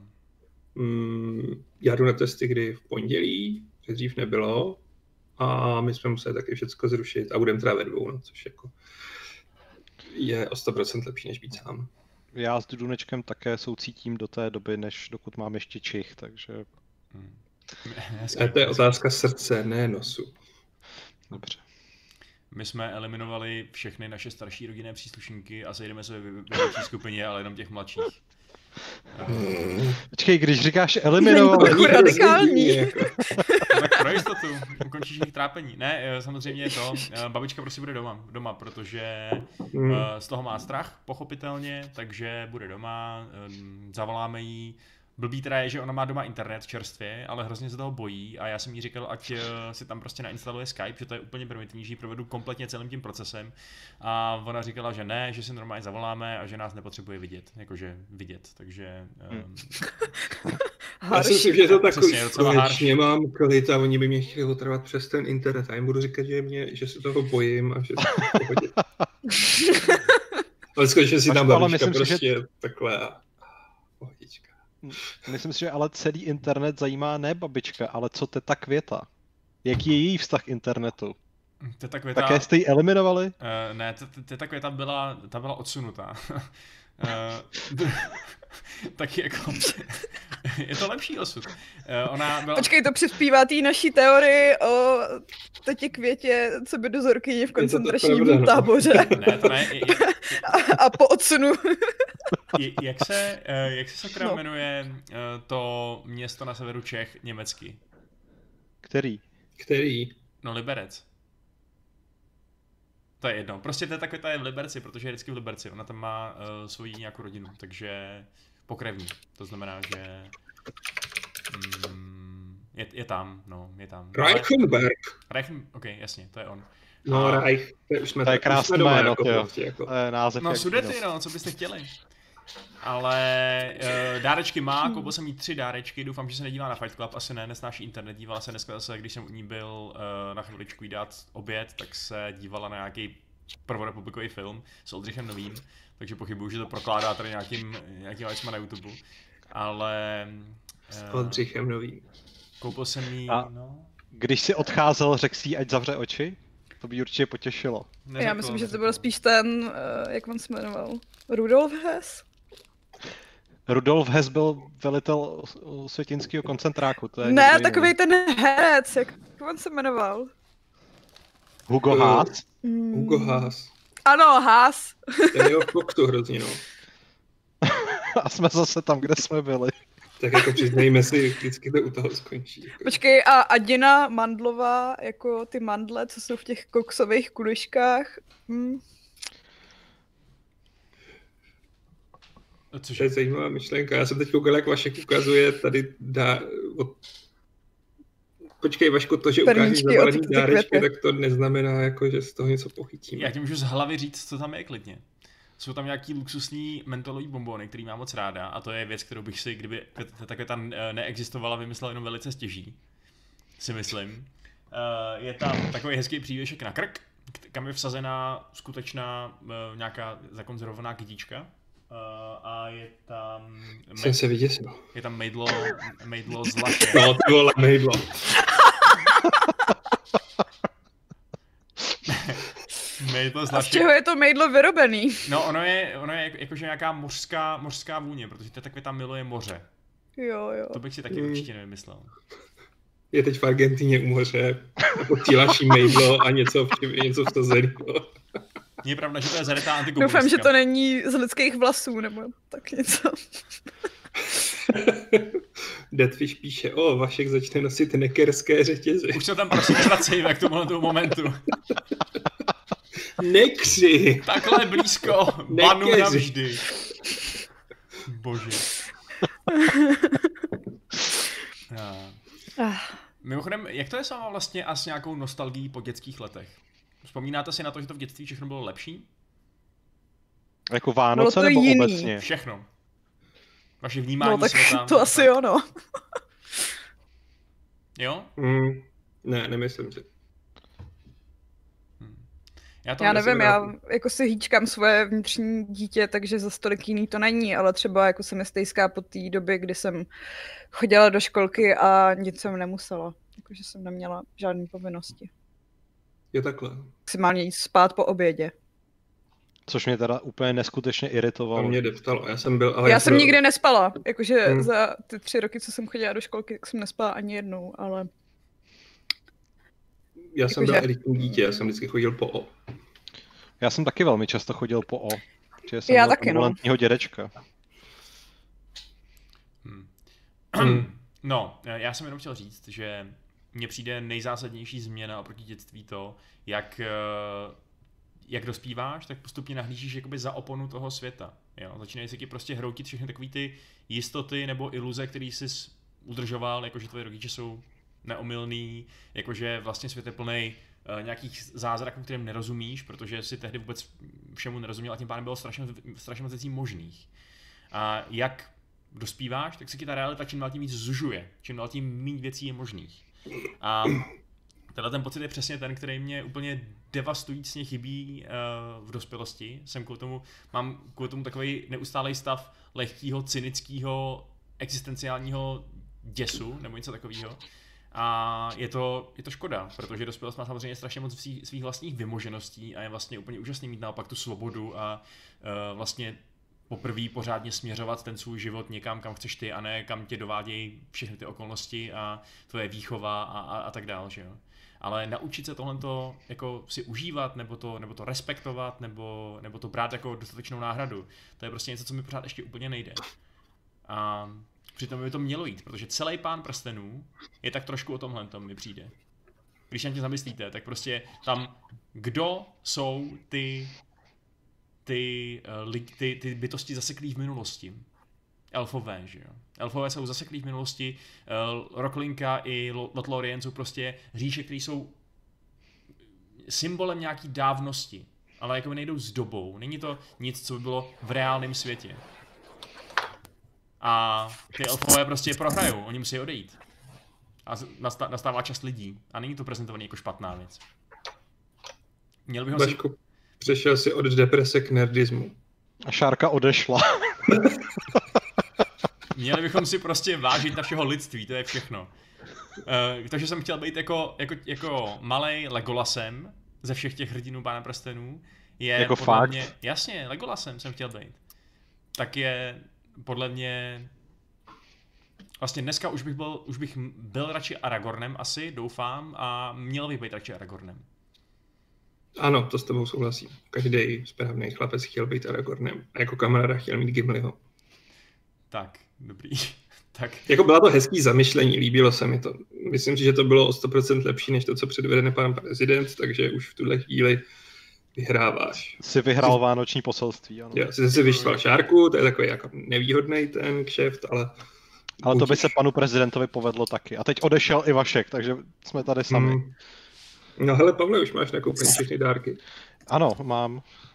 mm, já jdu na testy, kdy v pondělí, že dřív nebylo, a my jsme museli taky všechno zrušit a budeme teda ve dvou, no, což jako je o sto procent lepší, než být sám. Já s Dudunečkem také soucítím do té doby, než dokud mám ještě čich, takže... Hmm. A to je otázka srdce, ne nosu. Dobře. My jsme eliminovali všechny naše starší rodinné příslušníky a sejdeme se ve větší skupině, ale jenom těch mladších. Hmm. Počkej, když říkáš eliminoval... Trochu radikální. Jako. Tak pro jistotu, ukončíš jejich trápení. Ne, samozřejmě to, babička prostě bude doma, doma, protože Hmm. z toho má strach, pochopitelně, takže bude doma, zavoláme jí. Blbý teda je, že ona má doma internet čerstvě, ale hrozně se toho bojí a já jsem jí říkal, ať si tam prostě nainstaluje Skype, že to je úplně primitivní, že ji provedu kompletně celým tím procesem a ona říkala, že ne, že si normálně zavoláme a že nás nepotřebuje vidět, jakože vidět, takže... Um... Já si myslím, že to takový, Přesně, docela konečně mám klid a oni by mě chtěli otrvat přes ten internet a jim budu říkat, že, mě, že se toho bojím a že se to hodí. Ale skutečně si tam babička prostě že... takhle a pohodička. Myslím si, že ale celý internet zajímá ne babička, ale co teta Květa. Jaký je její vztah k internetu? Teta Květa... Také jste ji eliminovali? Uh, ne, teta Květa byla, ta byla odsunutá. uh, tak jako... je to lepší osud. Uh, ona byla... Počkej, to přispívá té naší teorii o tetě Květě, co by dozorkyně v koncentračním táboře. Ne, to ne. Je, je... A, a po odsunu. Jak se, jak se sakra no. jmenuje to město na severu Čech německy? Který? Který? No Liberec. To je jedno. Prostě to je takové, ta je v Liberci, protože je vždycky v Liberci. Ona tam má uh, svoji nějakou rodinu, takže pokrevní. To znamená, že mm, je, je tam, no, je tam. Reichenberg. Reichenberg, ok, jasně, to je on. No, A... Reich, to je, už jsme to je krásný jméno, jako, prostě, jako. To je název. No Sudety, no, co byste chtěli. Ale uh, dárečky má, koupil jsem jí tři dárečky, doufám, že se nedívá na Fight Club, asi ne, nesnáší internet, dívala se dneska zase, když jsem u ní byl uh, na chviličku jí dát oběd, tak se dívala na nějaký prvorepublikový film s Oldřichem Novým, takže pochybuju, že to prokládá tady nějakým, nějakým věcma na YouTube, ale... Uh, s Oldřichem Novým. Koupil jsem jí, A no... Když si odcházel, řekl si jí, ať zavře oči? To by určitě potěšilo. Neřekl, Já myslím, že to neřekl. byl spíš ten, uh, jak on se jmenoval, Rudolf Hess? Rudolf Hess byl velitel osvětinského koncentráku, to je Ne, takovej ten herec, jak on se jmenoval? Hugo Haas? Mm. Hugo Haas. Ano, Haas. Ten je v koktu hrozně, no. A jsme zase tam, kde jsme byli. Tak jako přiznejme si, vždycky to u toho skončí. Jako. Počkej, a Adina Mandlová, jako ty mandle, co jsou v těch koksových kuliškách. Hm. Což To je zajímavá myšlenka. Já jsem teď koukal, jak Vašek ukazuje tady dá... Od... Počkej, Vaško, to, že ukážeš zabalený dárečky, tak to neznamená, jako, že z toho něco pochytíme. Já ti můžu z hlavy říct, co tam je klidně. Jsou tam nějaký luxusní mentolový bonbony, který mám moc ráda, a to je věc, kterou bych si, kdyby takhle tam neexistovala, vymyslel jenom velice stěží, si myslím. Je tam takový hezký přívěšek na krk, kam je vsazená skutečná nějaká zakonzervovaná kytička. Uh, a je tam... Jsem se vyděsil. Je tam mejdlo, mejdlo z laše. No, ty vole, mejdlo. mejdlo z A laše. z čeho je to mejdlo vyrobený? No, ono je, ono je jakože nějaká mořská, mořská vůně, protože to je takové tam miluje moře. Jo, jo. To bych si taky Mm. určitě nevymyslel. Je teď v Argentině u moře, posíláš jí mejdlo a něco, něco vsazeného. Je pravda, že to je zarytá antikomunistka. Doufám, že to není z lidských vlasů, nebo tak něco. Deadfish píše, o, Vašek začne nosit nekerské řetězy. Už se tam prosím vracejme k tomuhle momentu. Nekři! Takhle blízko, banu Nekeři. navždy. Bože. Já. Ah. Mimochodem, jak to je s váma vlastně a s nějakou nostalgií po dětských letech? Vzpomínáte si na to, že to v dětství všechno bylo lepší? Jako Vánoce Bylo to nebo jiný. obecně? Všechno. Vaše vnímání No tak světa. to asi jo, no. Jo? Mm, ne, nemyslím si. Já, to Já já jsem nevím, já rád. jako si hýčkám svoje vnitřní dítě, takže za stolik jiný to není, ale třeba jako se mi stejská po té době, kdy jsem chodila do školky a nic jsem nemusela. Jakože jsem neměla žádné povinnosti. Je takhle. Maximálně jít spát po obědě. Což mě teda úplně neskutečně A iritovalo. mě deptalo, já jsem byl... Ale Já jsem pro- nikdy nespala, jakože Hmm. za ty tři roky, co jsem chodila do školky, tak jsem nespala ani jednou, ale Já jsem jakože- byl elitní dítě, já jsem vždycky chodil po O. Já jsem taky velmi často chodil po O. Protože jsem Já měl taky, no. benevolentního dědečka. Hmm. Hmm. No, já jsem jenom chtěl říct, že mně přijde nejzásadnější změna oproti dětství to, jak, eh, jak dospíváš, tak postupně nahlížíš jakoby za oponu toho světa. Jo? Začínají se ti prostě hroutit všechny takové ty jistoty nebo iluze, které jsi udržoval, jakože tvoje rodiče jsou neomylný, jakože vlastně svět je plný uh, nějakých zázraků, kterým nerozumíš, protože si tehdy vůbec všemu nerozuměl a tím pádem bylo strašně, strašně moc věcí možných. A jak dospíváš, tak se ti ta realita čím dál tím víc zužuje, čím dál tím méně věcí je možných. A tenhle ten pocit je přesně ten, který mě úplně devastujícně chybí uh, v dospělosti. Jsem kvůli tomu, mám kvůli tomu takový neustálý stav lehkého, cynického, existenciálního děsu, nebo něco takového. A je to, je to škoda, protože dospělost má samozřejmě strašně moc svých, svých vlastních vymožeností a je vlastně úplně úžasný mít naopak tu svobodu a uh, vlastně poprvé pořádně směřovat ten svůj život někam, kam chceš ty, a ne kam tě dovádějí všechny ty okolnosti a tvoje výchova a, a, a tak dál, že jo. Ale naučit se tohleto jako si užívat, nebo to, nebo to respektovat, nebo, nebo to brát jako dostatečnou náhradu, to je prostě něco, co mi pořád ještě úplně nejde. A přitom by to mělo jít, protože celý Pán prstenů je tak trošku o tomhle, tom mi přijde. Když na tě zamyslíte, tak prostě tam, kdo jsou ty Ty, uh, ty, ty bytosti zaseklý v minulosti. Elfové, že jo. Elfové jsou zaseklý v minulosti, uh, Rocklinka i Lothlórien jsou prostě říše, které jsou symbolem nějaký dávnosti, ale jako nejdou s dobou. Není to nic, co by bylo v reálném světě. A ty elfové prostě prohrajou, oni musí odejít. A nastává čas lidí. A není to prezentovaný jako špatná věc. Měl bych ho si... Vašku, přešel si od deprese k nerdismu. A Šárka odešla. Měli bychom si prostě vážit našeho lidství, to je všechno. Uh, takže jsem chtěl být jako, jako, jako malej Legolasem ze všech těch hrdinů Pána prstenů. Je Jako podle fakt? Mě, jasně, Legolasem jsem chtěl být. Tak je podle mě... Vlastně dneska už bych byl, už bych byl radši Aragornem asi, doufám, a měl bych být radši Aragornem. Ano, to s tebou souhlasím. Každý správný chlapec chtěl být Aragornem. A jako kamaráda chtěl mít Gimliho. Tak, dobrý. tak. Jako bylo to hezký zamyšlení, líbilo se mi to. Myslím si, že to bylo o sto procent lepší, než to, co předvede pan prezident, takže už v tuhle chvíli vyhráváš. Si vyhrál vánoční poselství, ano. Já si si vyštval Šárku, to je takový jako nevýhodný ten kšeft, ale... Ale to by budiž. se panu prezidentovi povedlo taky. A teď odešel i Vašek, takže jsme tady sami. Hmm. No hele, Pavle, už máš nakoupený všechny dárky. Ano, mám.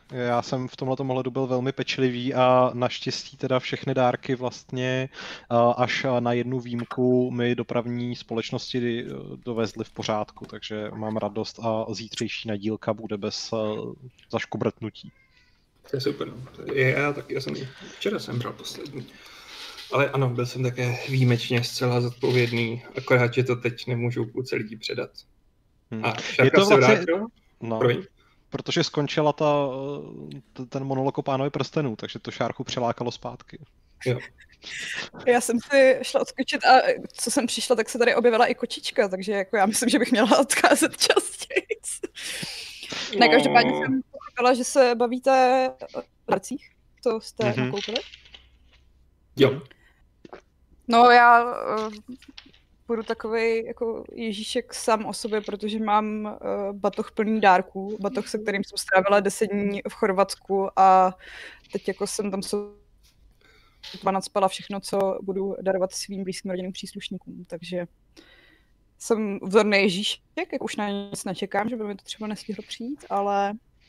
Já jsem v tomhle ohledu byl velmi pečlivý a naštěstí teda všechny dárky vlastně až na jednu výjimku mi dopravní společnosti dovezly v pořádku, takže mám radost a zítřejší nadílka bude bez zaškobrtnutí. To je super. Já taky, já jsem včera jsem bral poslední. Ale ano, byl jsem také výjimečně zcela zodpovědný, akorát, že to teď nemůžu půlce lidí předat. Hmm. A Šárka se vlastně... vrátila? No, protože skončila ta, ten monolog o Pánovi prstenů, takže to Šárku přilákalo zpátky. Jo. Já jsem si šla odskočit a co jsem přišla, tak se tady objevila i kočička, takže jako já myslím, že bych měla odcházet častěji. No. Ne, každopádně jsem pochopila, že se bavíte o dárcích, co jste mm-hmm. nakoupili. Jo. No já uh, budu takovej jako Ježíšek sám o sobě, protože mám uh, batoh plný dárků, batoh, se kterým jsem strávila deset dní v Chorvatsku a teď jako jsem tam nacpala všechno, co budu darovat svým blízkým rodinným příslušníkům, takže jsem vzorný Ježíšek, jak už na nic nečekám, že by mi to třeba nestihlo přijít, ale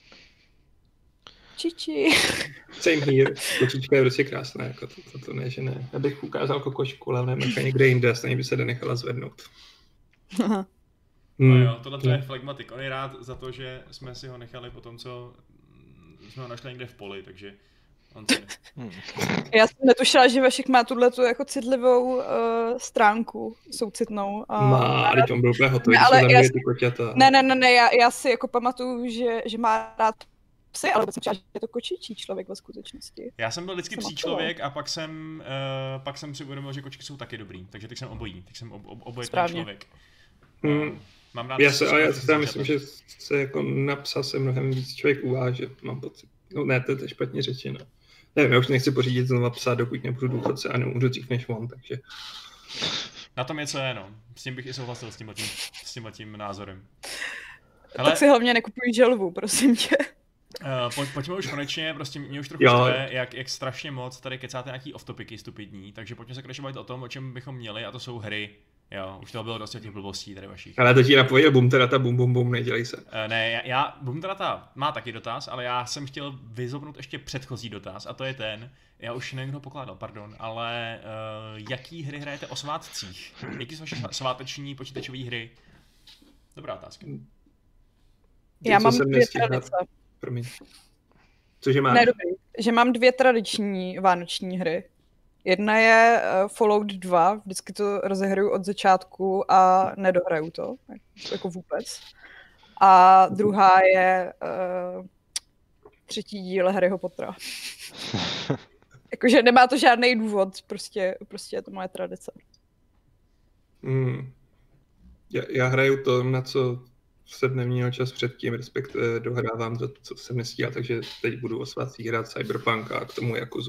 Čiči. Same here. Kočička je prostě krásná, jako to, to, to ne, že ne. Já bych ukázal kokošku, ale nevím, jak někde jinde, stejně by se nenechala zvednout. Aha. Hmm. No jo, tohle to je flegmatik. On je rád za to, že jsme si ho nechali po tom, co jsme ho našli někde v poli, takže on si... Já jsem netušila, že Vašek má tuhletu jako citlivou uh, stránku soucitnou. A... Má, ale on byl úplně hotový, ne, ale já si... ty koťata. Ne, ne, ne, ne, já, já si jako pamatuju, že, že má rád psy, ale jsem přijala, že je to kočičí člověk ve skutečnosti. Já jsem byl vždycky psí člověk a pak jsem, uh, pak jsem si uvědomil, že kočky jsou taky dobrý, takže teď jsem obojí, teď jsem ob, ob, obojetný člověk. Hmm. Mám rád já se, ale já si myslím, že se jako na psa se mnohem víc člověk uváže, mám pocit. No ne, to je špatně řečeno. Nevím, já už nechci pořídit znova psa, dokud nebudu důchodce a neumřu dřív než on, takže... Na tom něco je, no. S tím bych i souhlasil s tímhletím, s tímhletím názorem. Hele, tak si hlavně nekupuj želvu, prosím tě. Uh, pojď, pojďme už konečně, prostě mě už trochu štve, jak, jak strašně moc tady kecáte nějaký off-topiky stupidní, takže pojďme se konečně bavit o tom, o čem bychom měli, a to jsou hry. Jo, už toho bylo dost těch blbostí tady vašich. Ale to ti napověděl Bumterata, bum bum bum, nedělej se. Uh, ne, já, já Bumterata má taky dotaz, ale já jsem chtěl vyzobnout ještě předchozí dotaz, a to je ten, já už nevím, kdo pokládal, pardon, ale uh, jaký hry hrajete o svátcích? Jaký jsou vaše sváteční počítačové hry? Dobrá otázka. Já mám dvě tradice. Promiň. Cože máš? Ne, dobrý. Že mám dvě tradiční vánoční hry. Jedna je uh, Fallout dva, vždycky to rozehraju od začátku a nedohraju to, jako vůbec. A druhá je uh, třetí díl Harryho Pottera. Jakože nemá to žádný důvod, prostě, prostě je to moje tradice. Hmm. Já, já hraju to, na co jsem neměl čas předtím, respektive dohrávám to, co jsem nestíhal, takže teď budu o svátcích hrát Cyberpunk a k tomu Yakuzu.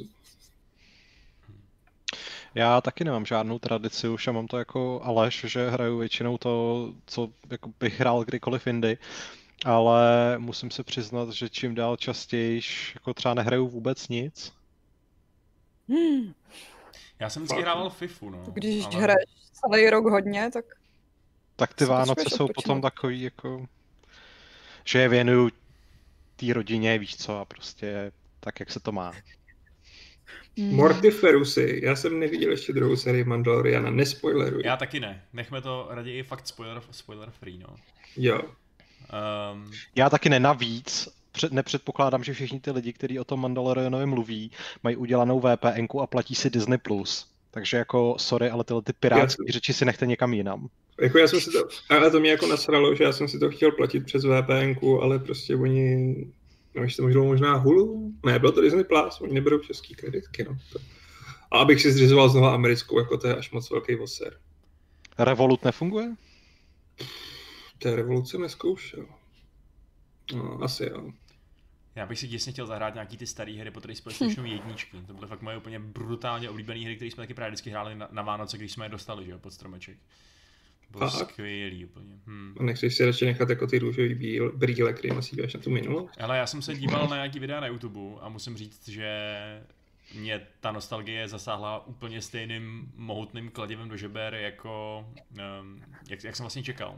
Já taky nemám žádnou tradici už a mám to jako Aleš, že hraju většinou to, co jako bych hrál kdykoliv jindy, ale musím se přiznat, že čím dál častěji jako třeba nehraju vůbec nic. Hmm. Já jsem vždycky hrával FIFU, no. Když ale... hraješ celý rok hodně, tak... Tak ty Vánoce jsou potom takový jako, že je věnuju té rodině, víš co, a prostě tak, jak se to má. Mm. Mortiferusy, já jsem neviděl ještě druhou sérii Mandaloriana, nespoileruj. Já taky ne, nechme to raději fakt spoiler, spoiler free, no. Jo. Um... Já taky ne, navíc před, nepředpokládám, že všichni ty lidi, kteří o tom Mandalorianovi mluví, mají udělanou V P N ku a platí si Disney plus. Takže jako sorry, ale tyhle ty pirátské řeči si nechte někam jinam. Jako já jsem si to, ale to mě jako nasralo, že já jsem si to chtěl platit přes V P N ku, ale prostě oni, no ještě to možná Hulu? Ne, bylo to Disney plus, oni neberou český kreditky, no. To. A abych si zřizoval znova americkou, jako to je až moc velký voser. Revolut nefunguje? To je revoluce neskoušel. No, asi jo. Já bych si děsně chtěl zahrát nějaký ty staré hry, protože z PlayStationu jedničky. To byly fakt moje úplně brutálně oblíbené hry, které jsme taky právě vždycky hráli na, na Vánoce, když jsme je dostali, že jo, pod stromeček. Bylo skvělý úplně. Hmm. A nechceš si radši nechat jako ty růžový bíl, brýle, který nosíš na tu minulost? Ale já jsem se díval na nějaký videa na YouTube a musím říct, že mě ta nostalgie zasáhla úplně stejným mohutným kladivem do žeber, jako um, jak, jak jsem vlastně čekal.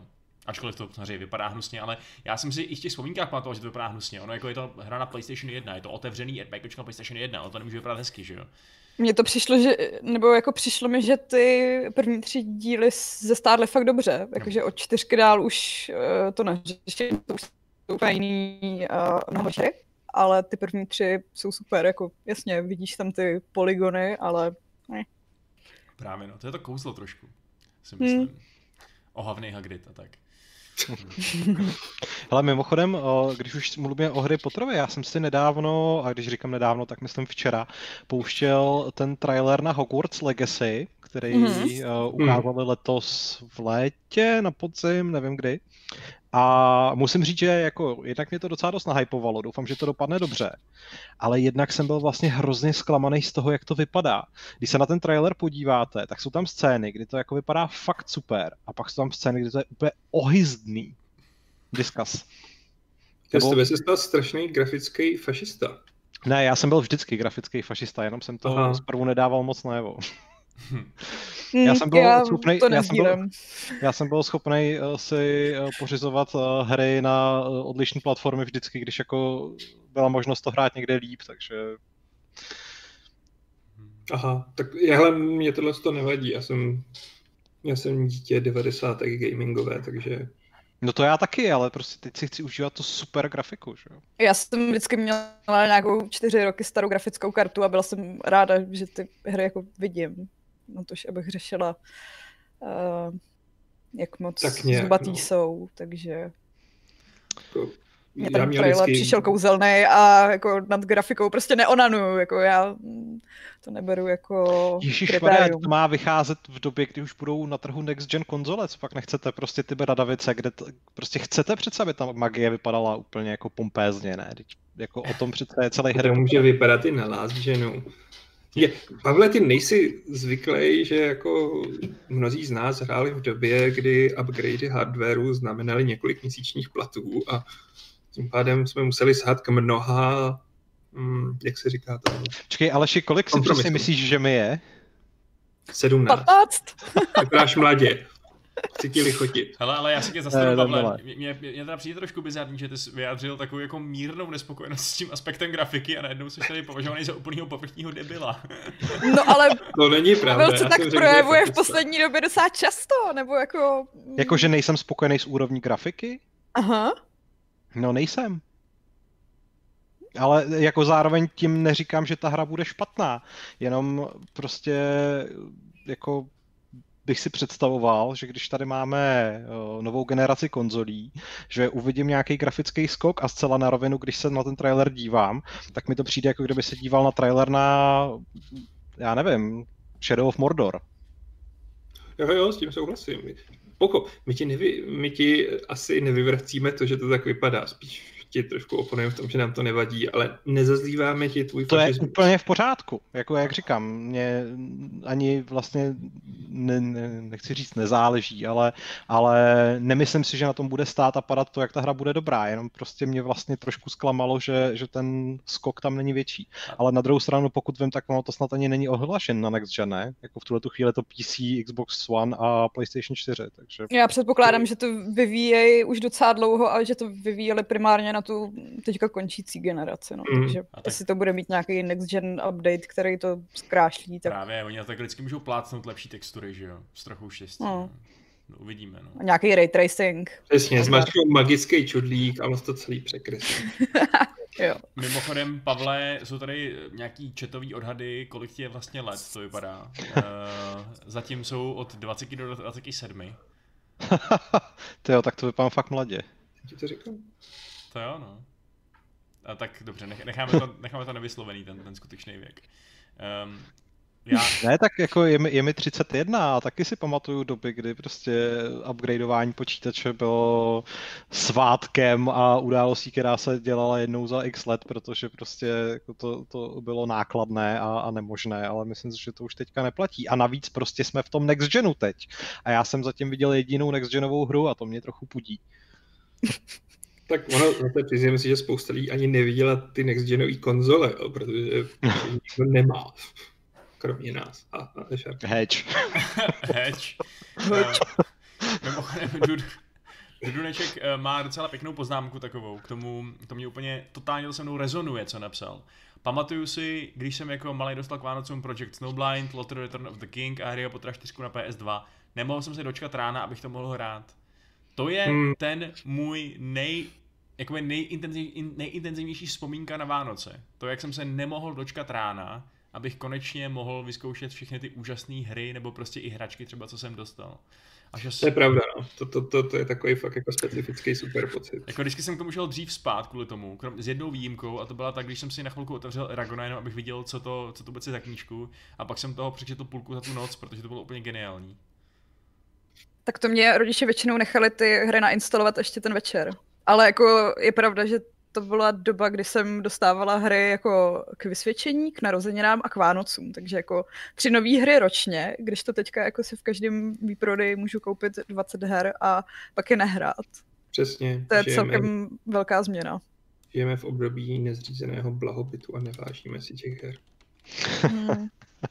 ačkoliv to samozřejmě vypadá hnusně, ale já jsem si i v těch vzpomínkách pamatoval, že to vypadá hnusně. Ono jako je to hra na PlayStation jedna, je to otevřený RPGčko na PlayStation jedna, ale to nemůže vypadat hezky, že jo? Mně to přišlo, že, nebo jako přišlo mi, že ty první tři díly zestárly fakt dobře, jakože od čtyřky dál už uh, to neřeším, to už jsou úplně jiný uh, nohoři, ale ty první tři jsou super, jako jasně, vidíš tam ty polygony, ale ne. Právě no, to je to kouzlo trošku, si myslím. Hmm. Ohavný Hagrid a tak. Hele, mimochodem, když už mluvíme o Harry Potterovi, já jsem si nedávno, a když říkám nedávno, tak myslím včera, pouštěl ten trailer na Hogwarts Legacy, který mm-hmm. ukázali letos v létě, na podzim, nevím kdy. A musím říct, že jako jednak mě to docela dost nahypovalo, doufám, že to dopadne dobře, ale jednak jsem byl vlastně hrozně zklamaný z toho, jak to vypadá. Když se na ten trailer podíváte, tak jsou tam scény, kdy to jako vypadá fakt super, a pak jsou tam scény, kdy to je úplně ohyzdný. Discuss. Já z tebe se stal strašný grafický fašista. Ne, já jsem byl vždycky grafický fašista, jenom jsem to Aha. zprvu nedával moc najevo. Já jsem byl já schopnej, já jsem byl, já jsem byl schopnej si pořizovat hry na odlišné platformy vždycky, když jako byla možnost to hrát někde líp, takže... Aha, tak jahle, mě tohle to nevadí, já jsem, já jsem dítě devadesátek gamingové, takže... No to já taky, ale prostě teď si chci užívat tu super grafiku, že jo? Já jsem vždycky měla nějakou čtyři roky starou grafickou kartu a byla jsem ráda, že ty hry jako vidím. No tož, abych řešila, uh, jak moc tak nějak, zubatý no. jsou, takže jako, mě ten trailer vždycky... přišel kouzelnej a jako nad grafikou prostě neonanuju, jako já to neberu jako Ježišmarja, to má vycházet v době, kdy už budou na trhu next gen konzole, co pak nechcete prostě ty bradavice, kde t... prostě chcete přece, aby ta magie vypadala úplně jako pompézně, ne? Jako o tom přece je celý hry. To může vypadat i na last genu. Je, Pavle, ty nejsi zvyklý, že jako mnozí z nás hráli v době, kdy upgradey hardwareu znamenaly několik měsíčních platů a tím pádem jsme museli sahat k mnoha, hm, jak se říká to? Čekej, Aleši, kolik si přesně myslíš, že mi je? sedmnáct. patnáct. Vypadáš mladě. Chci ti lichotit. Hele, ale já si tě zastavím, Pavle. Mně teda přijde trošku bizarní, že ty jsi vyjádřil takovou jako mírnou nespokojenost s tím aspektem grafiky a najednou jsi tady považovaný za úplnýho povrchního debila. No ale... To není pravda. Pavel se tak řekl, projevuje v poslední době docela často, nebo jako... Jako, že nejsem spokojený s úrovní grafiky? Aha. No nejsem. Ale jako zároveň tím neříkám, že ta hra bude špatná. Jenom prostě jako... bych si představoval, že když tady máme uh, novou generaci konzolí, že uvidím nějaký grafický skok a zcela na rovinu, když se na ten trailer dívám, tak mi to přijde, jako kdyby se díval na trailer na, já nevím, Shadow of Mordor. Jo, jo, s tím souhlasím. Poko, my ti, nevy, my ti asi nevyvracíme to, že to tak vypadá, spíš ti trošku oponujeme v tom, že nám to nevadí, ale nezazlíváme ti tvůj to fašismus. To je úplně v pořádku, jako jak říkám, mě ani vlastně, ne, ne, nechci říct nezáleží, ale, ale nemyslím si, že na tom bude stát a padat to, jak ta hra bude dobrá, jenom prostě mě vlastně trošku zklamalo, že, že ten skok tam není větší. Ale na druhou stranu, pokud vím, tak ono to snad ani není ohlašen na Next Gen, ne? Jako v tuhle tu chvíli to P C, Xbox One a PlayStation čtyři, takže... Já předpokládám, že to vyvíjejí už docela dlouho a že to vyvíjeli primárně na tu teďka končící generaci, no. Mm. Takže tak... asi to bude mít nějaký next gen update, který to zkrášlí. Tak... Právě, oni na to vždycky můžou plácnout lepší textury, že jo, s trochu štěstí. No. No, uvidíme, no. A nějaký ray tracing. Přesně, zmačkou magický čudlík a on to celý překreslí. Jo. Mimochodem, Pavle, jsou tady nějaký chatový odhady, kolik ti je vlastně let, to vypadá. Uh, zatím jsou od dvaceti do dvaceti sedmi. Tyjo, tak to vypadám fakt mladě. Ti to říkám? To jo, no. A tak dobře, necháme to, necháme to nevyslovený, ten, ten skutečný věk. Um, já... Ne, tak jako je mi, je mi třicet jedna a taky si pamatuju doby, kdy prostě upgradeování počítače bylo svátkem a událostí, která se dělala jednou za x let, protože prostě jako to, to bylo nákladné a, a nemožné, ale myslím si, že to už teďka neplatí. A navíc prostě jsme v tom next genu teď. A já jsem zatím viděl jedinou next genovou hru a to mě trochu pudí. Tak ono, na to přiznám si, že spousta lidí ani neviděla ty next genové konzole, jo, protože nikdo nemá. Kromě nás. A, a Hedge. Hedge. Uh, mimochodem, Dude, Duduneček má docela pěknou poznámku takovou, k tomu, to mě úplně totálně to se mnou rezonuje, co napsal. Pamatuju si, když jsem jako malej dostal k Vánocům Project Snowblind, Lotter Return of the King a Harryho Pottera čtyři na P S dva, nemohl jsem se dočkat rána, abych to mohl hrát. To je hmm. ten můj nej, jakoby nejintenziv, nejintenzivnější vzpomínka na Vánoce. To, jak jsem se nemohl dočkat rána, abych konečně mohl vyzkoušet všechny ty úžasné hry, nebo prostě i hračky třeba, co jsem dostal. Až to je pravda, no. To, to, to, to je takový fakt jako specifický super pocit. Jako vždycky jsem k tomu šel dřív spát kvůli tomu, krom, s jednou výjimkou, a to byla tak, když jsem si na chvilku otevřel Eragona, jenom abych viděl, co to, co to bude za knížku, a pak jsem toho přečetl půlku za tu noc, protože to bylo úplně geniální. Tak to mě rodiče většinou nechali ty hry nainstalovat ještě ten večer. Ale jako je pravda, že to byla doba, kdy jsem dostávala hry jako k vysvědčení, k narozeninám a k Vánocům. Takže jako tři nové hry ročně, když to teďka jako si v každém výprodeji můžu koupit dvacet her a pak je nehrát. Přesně. To je žijeme, celkem velká změna. Žijeme v období nezřízeného blahobytu a nevážíme si těch her. Hmm.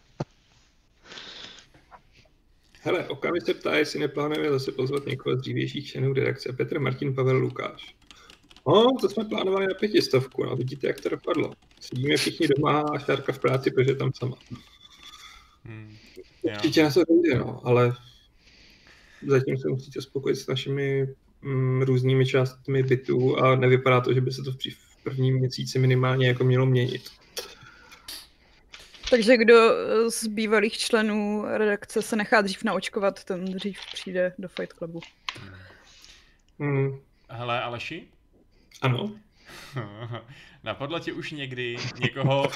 Hele, Okami se ptá, jestli neplánujeme zase pozvat někoho z dřívějších členů redakce. Petr, Martin, Pavel, Lukáš. No, to jsme plánovali na pětistovku, no vidíte, jak to dopadlo. Sedíme všichni doma a Šárka v práci, protože je tam sama. Hmm, určitě na to dojde, no, ale zatím se musíte spokojit s našimi mm, různými částmi bytů a nevypadá to, že by se to v prvním měsíci minimálně jako mělo měnit. Takže kdo z bývalých členů redakce se nechá dřív naočkovat, ten dřív přijde do Fight Clubu. Hmm. Hele, Aleši? Ano. Napadlo ti už někdy někoho...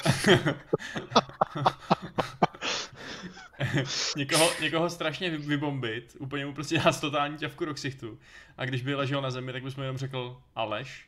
někoho, někoho strašně vybombit, úplně mu prostě dát totální ťavku do ksichtu. A když by ležel na zemi, tak bys mu jenom řekl Aleš.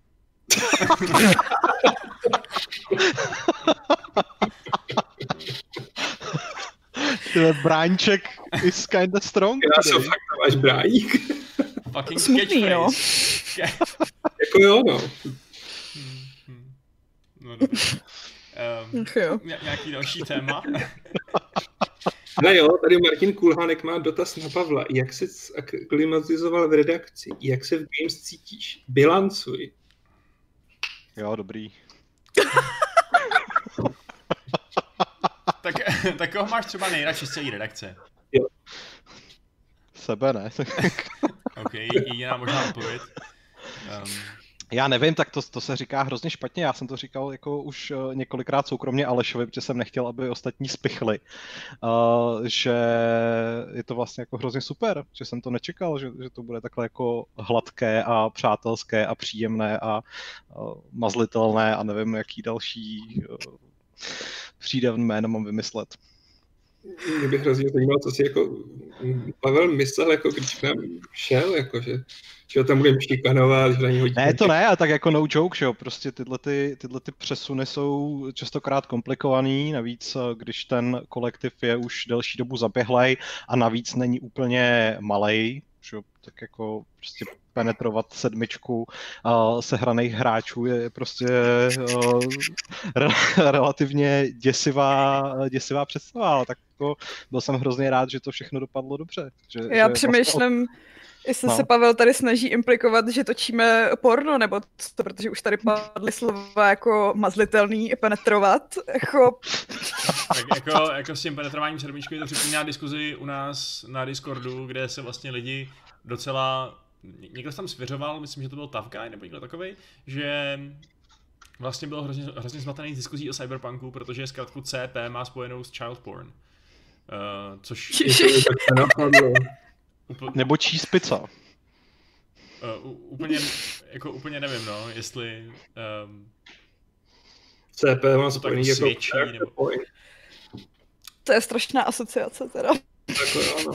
Bráníček is kinda strong. Já jsem fakt máš bráník. Fucking smutný, no. Jako jo, no. Hmm, hmm. No dobře. Um, jo. Nějaký další téma? No jo, tady Martin Kulhánek má dotaz na Pavla. Jak se aklimatizoval v redakci? Jak se v Games cítíš? Bilancuj. Jo, dobrý. tak, tak koho máš třeba nejradši z celé redakce? Jo. Sebe ne. OK, jediná možná odpověď. Um. Já nevím, tak to, to se říká hrozně špatně. Já jsem to říkal jako už několikrát soukromně Alešovi, protože jsem nechtěl, aby ostatní spichli. Uh, že je to vlastně jako hrozně super, že jsem to nečekal, že, že to bude takhle jako hladké a přátelské a příjemné a uh, mazlitelné a nevím, jaký další uh, přídavný jméno mám vymyslet. Mě by hrozně zajímalo, co si jako Pavel myslel, jako když k nám šel, jako, že, že ho tam budeme šikanovat, že na ní hodí. Ne, to ne, a tak jako no joke, že jo, prostě tyhle, ty, tyhle ty přesuny jsou častokrát komplikovaný, navíc když ten kolektiv je už delší dobu zaběhlej a navíc není úplně malej, že jo, tak jako prostě penetrovat sedmičku uh, sehraných hráčů je prostě uh, re, relativně děsivá, děsivá představa, tak jako byl jsem hrozně rád, že to všechno dopadlo dobře. Že, Já že přemýšlím, vlastně... jestli no. se Pavel tady snaží implikovat, že točíme porno, nebo to, protože už tady padly slova jako mazlitelný, penetrovat, jako... Tak jako, jako s tím penetrováním sedmičky to připomíná diskuzi u nás na Discordu, kde se vlastně lidi docela... Někdo tam svěřoval, myslím, že to byl Tough Guy nebo někdo takovej, že vlastně bylo hrozně, hrozně zmatený diskuzí o cyberpunku, protože zkrátku C P má spojenou s child porn. Uh, což... Úplně... Nebo cheese pizza. Uh, úplně, jako úplně nevím, no, jestli... Um, C P má spojený jako svědčí, nebo... To je strašná asociace teda. Tak jo, no.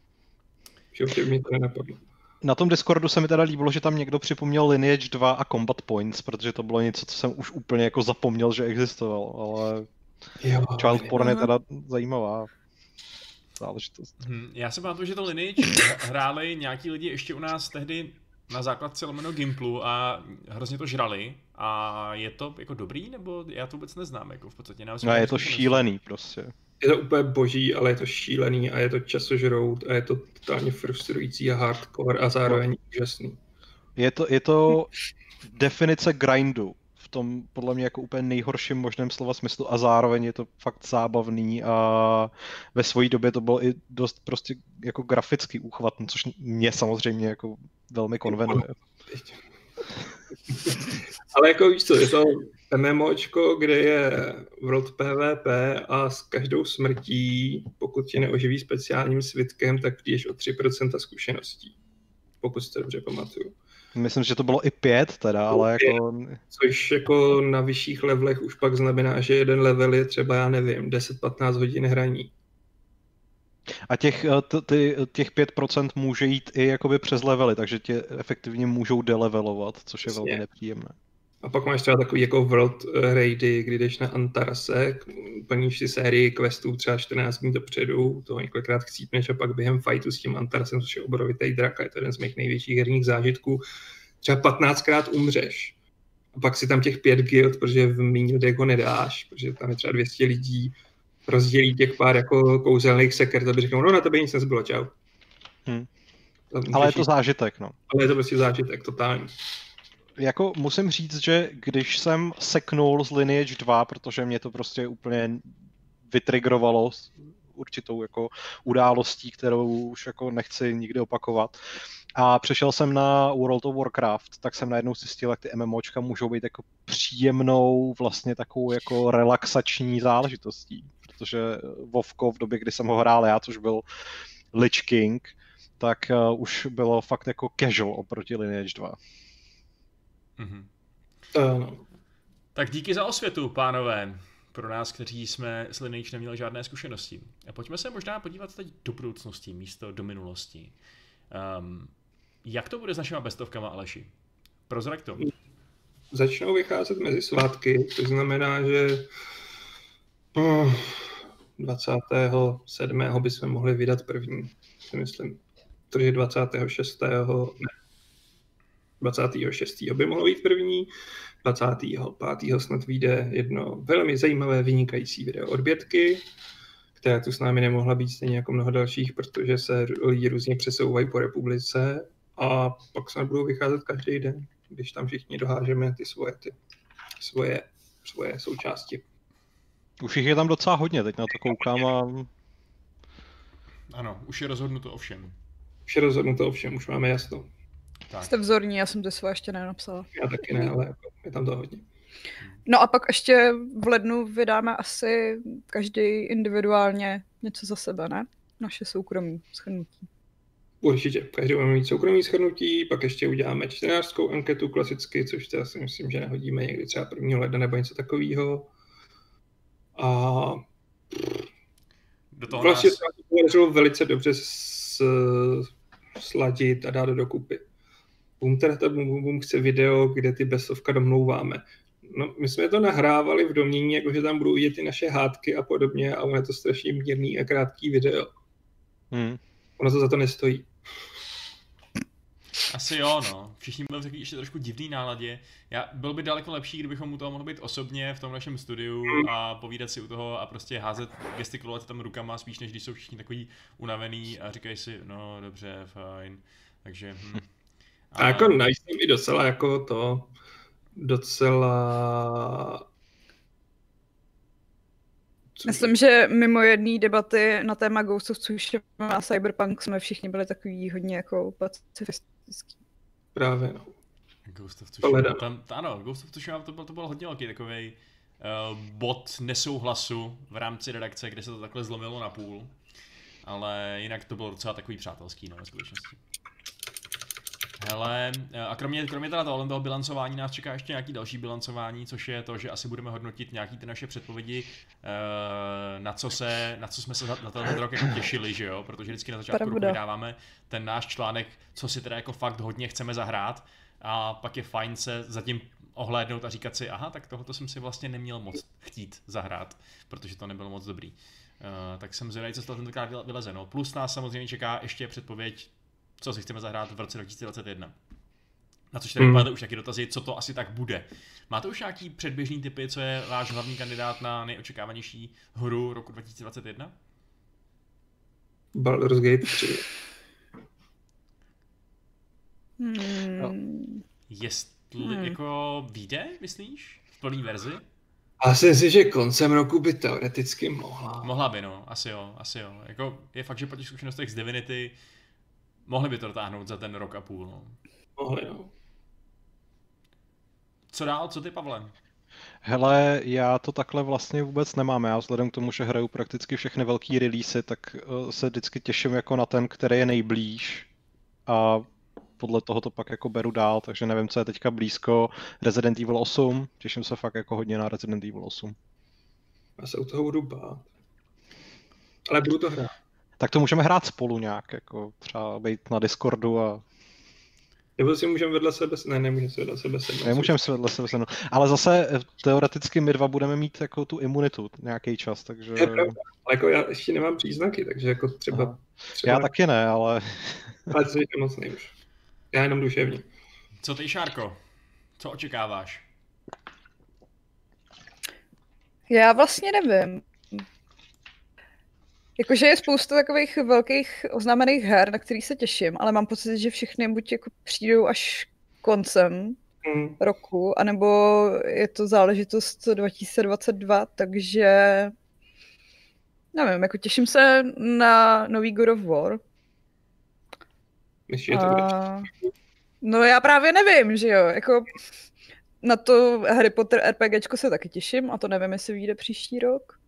Že mě to nenapadlo. Na tom Discordu se mi teda líbilo, že tam někdo připomněl Lineage dva a Combat Points, protože to bylo něco, co jsem už úplně jako zapomněl, že existoval, ale jo, child porn je teda zajímavá záležitost. Hmm, já se pamatuju, že to Lineage hráli nějaký lidi ještě u nás tehdy na základce lomeno Gimplu a hrozně to žrali a je to jako dobrý, nebo já to vůbec neznám, jako v podstatě. No je to šílený prostě. je to úplně boží, ale je to šílený a je to časožrout a je to totálně frustrující a hardcore a zároveň úžasný. Je to, je to definice grindu v tom podle mě jako úplně nejhorším možném slova smyslu a zároveň je to fakt zábavný a ve své době to bylo i dost prostě jako grafický úchvat, což mě samozřejmě jako velmi konvenuje. Ale jako víš co, je to MMOčko, kde je World P V P a s každou smrtí, pokud tě neoživí speciálním svitkem, tak přijdeš o tři procenta zkušeností. Pokud si to dobře pamatuju. Myslím, že to bylo i pět teda, ale jako... Což jako na vyšších levelech už pak znamená, že jeden level je třeba, já nevím, deset patnáct hodin hraní. A těch, t- ty, těch pět procent může jít i jakoby přes levely, takže tě efektivně můžou delevelovat, což je velmi nepříjemné. A pak máš třeba takový jako world raidy, kdy jdeš na Antarase, plníš si sérii questů třeba čtrnáct dní dopředu, toho několikrát chcípneš a pak během fightu s tím Antarasem, což je obrovitý drak, je to jeden z mých největších herních zážitků, třeba patnáctkrát umřeš. A pak si tam těch pět guild, protože v míň lidech ho nedáš, protože tam je třeba dvě stě lidí, rozdělí těch pár jako kouzelných seker, to by řeknou, no na tebe nic nezbylo, čau. Hmm. Ale je to zážitek, no. Ale je to prostě zážitek, totální. Jako musím říct, že když jsem seknul z Lineage dva, protože mě to prostě úplně vytrigrovalo určitou jako událostí, kterou už jako nechci nikdy opakovat, a přešel jsem na World of Warcraft, tak jsem najednou zjistil, jak ty MMOčka můžou být jako příjemnou vlastně takovou jako relaxační záležitostí, protože WoWko v době, kdy jsem ho hrál já, což byl Lich King, tak uh, už bylo fakt jako casual oproti Lineage dva. Mm-hmm. Uh, tak díky za osvětu, pánové, pro nás, kteří jsme s Lineage neměli žádné zkušenosti. A pojďme se možná podívat teď do budoucnosti, místo do minulosti. Um, jak to bude s našima bestovkama, Aleši? Prozrať to. Začnou vycházet mezi svátky, což znamená, že oh, dvacátého sedmého bychom mohli vydat první, si myslím. Protože dvacátého šestého ne. dvacátého šestého by mohlo být první, dvacátého pátého snad vyjde jedno velmi zajímavé vynikající video od Bětky, která tu s námi nemohla být stejně jako mnoho dalších, protože se lidi různě přesouvají po republice a pak snad budou vycházet každý den, když tam všichni dohážeme ty svoje, ty svoje, svoje součásti. Už jich je tam docela hodně, teď na to koukám a... Ano, už je rozhodnuto o všem. Už je rozhodnuto o všem, už máme jasno. Tak. Jste vzorní, já jsem ty svoje ještě nenapsala. Já taky ne, ale jako je tam to hodně. No a pak ještě v lednu vydáme asi každý individuálně něco za sebe, ne? Naše soukromí shrnutí. Určitě, každý budeme mít soukromí shrnutí, pak ještě uděláme čtenářskou anketu klasicky, což já si myslím, že nehodíme někdy třeba prvního ledna nebo něco takového. A do toho vlastně nás... se to podařilo velice dobře s... sladit a dát do dokupy. Boom, teda boom, boom, boom chce video, kde ty bestovka domlouváme. No, my jsme to nahrávali v domění, jakože tam budou vidět ty naše hádky a podobně, a ono je to strašně mírný a krátký video. Hmm. Ono to za to nestojí. Asi jo, no. Všichni byli v takový ještě trošku divný náladě. Já, bylo by daleko lepší, kdybychom u toho mohli být osobně v tom našem studiu a povídat si u toho a prostě házet, gestikulovat tam rukama, spíš než když jsou všichni takový unavený a říkají si, no dobře, fajn. Takže... Hm. A, a jako najsem i docela jako to, docela... Myslím, že mimo jedné debaty na téma Ghost of Tsushima a Cyberpunk jsme všichni byli takový hodně jako pacifistický. Právě, no. Ghost of Tsushima, tam, ano, Ghost of Tsushima to byl, to byl hodně velký takovej uh, bod nesouhlasu v rámci redakce, kde se to takhle zlomilo na půl. Ale jinak to bylo docela takový přátelský, no, ve skutečnosti. Hele, a kromě, kromě teda tohle toho bilancování nás čeká ještě nějaký další bilancování, což je to, že asi budeme hodnotit nějaký ty naše předpovědi, na co, se, na co jsme se na tenhle rok jako těšili, že jo? Protože vždycky na začátku roku vydáváme ten náš článek, co si teda jako fakt hodně chceme zahrát, a pak je fajn se zatím ohlédnout a říkat si, aha, tak tohoto jsem si vlastně neměl moc chtít zahrát, protože to nebylo moc dobrý. Uh, tak jsem zvědavý, co z toho tentokrát vyleze. No, plus nás samozřejmě čeká ještě předpověď, co si chceme zahrát v roce dva tisíce dvacet jedna. Na což tady Hmm. padly už taky dotazy, co to asi tak bude. Máte už nějaký předběžný tipy, co je váš hlavní kandidát na nejočekávanější hru roku dva tisíce dvacet jedna? Baldur's Gate tři. Hmm. Jestli Hmm. jako vyjde, myslíš? V plný verzi? A myslím si, že koncem roku by teoreticky mohla. Mohla by, no, asi jo, asi jo. Jako, je fakt, že po těch zkušenostech z Divinity mohli by to dotáhnout za ten rok a půl, no. Mohli, no. Co dál, co ty, Pavle? Hele, já to takhle vlastně vůbec nemám. Já vzhledem k tomu, že hraju prakticky všechny velký releasy, tak uh, se vždycky těším jako na ten, který je nejblíž. A podle toho to pak jako beru dál, takže nevím, co je teďka blízko. Resident Evil osm, těším se fakt jako hodně na Resident Evil osm. Já se u toho budu bát. Ale budu to hrát. Tak to můžeme hrát spolu nějak, jako třeba být na Discordu a... Nebo si můžeme vedle sebe, ne, nemůžeme si vedle sebe sednout. Nemůžeme si vedle sebe sednout. Ale zase eh, teoreticky my dva budeme mít jako tu imunitu nějaký čas, takže... To je pravda, ale jako já ještě nemám příznaky, takže jako třeba... Aha. třeba Já taky ne, ale... Ale to je nemocný už. Já jenom duševně. Co ty, Šárko? Co očekáváš? Já vlastně nevím. Jakože je spousta takových velkých oznámených her, na který se těším, ale mám pocit, že všechny buď jako přijdou až koncem Hmm. roku, anebo je to záležitost dva tisíce dvacet dva, takže nevím, jako těším se na nový God of War. Myslíš, že to bude? A... No já právě nevím, že jo, jako na to Harry Potter RPGčko se taky těším a to nevím, jestli vyjde příští rok.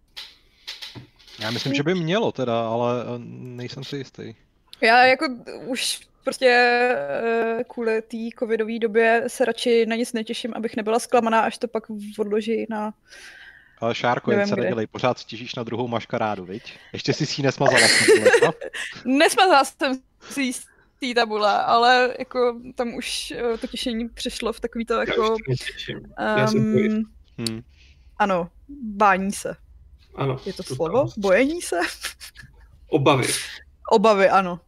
Já myslím, že by mělo teda, ale eh, nejsem si jistý. Já jako už prostě eh, kvůli té covidové době se radši na nic netěším, abych nebyla zklamaná, až to pak odloží na... Ale Šárko, jen Nevím se kde. nedělej, pořád stěžíš na druhou maškarádu, viď? Ještě si si ji nesmazala. jsem to, Nesmazala jsem si z té tabule, ale jako tam už eh, to těšení přešlo v takový to Já jako... už se netěším. Já se bojím. Um, Hmm. ano, bání se. Ano. Je to to slovo? tam. Bojení se? Obavy. Obavy, ano.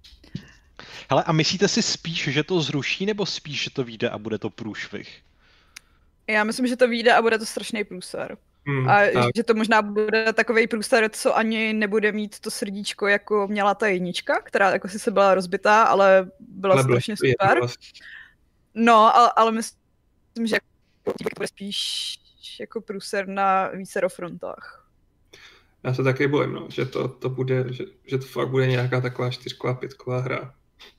Hele, a myslíte si spíš, že to zruší, nebo spíš, že to vyjde a bude to průšvih? Já myslím, že to vyjde a bude to strašný průser. Hmm. A tak. že to možná bude takovej průser, co ani nebude mít to srdíčko, jako měla ta jednička, která jako sice byla rozbitá, ale byla Ale bylo strašně to jedno super. vlastně. No, ale, ale myslím, že to bude spíš jako průser na vícero frontách. Já se taky bojím, no, že to, to bude, že, že to fakt bude nějaká taková čtyřková, pětková hra.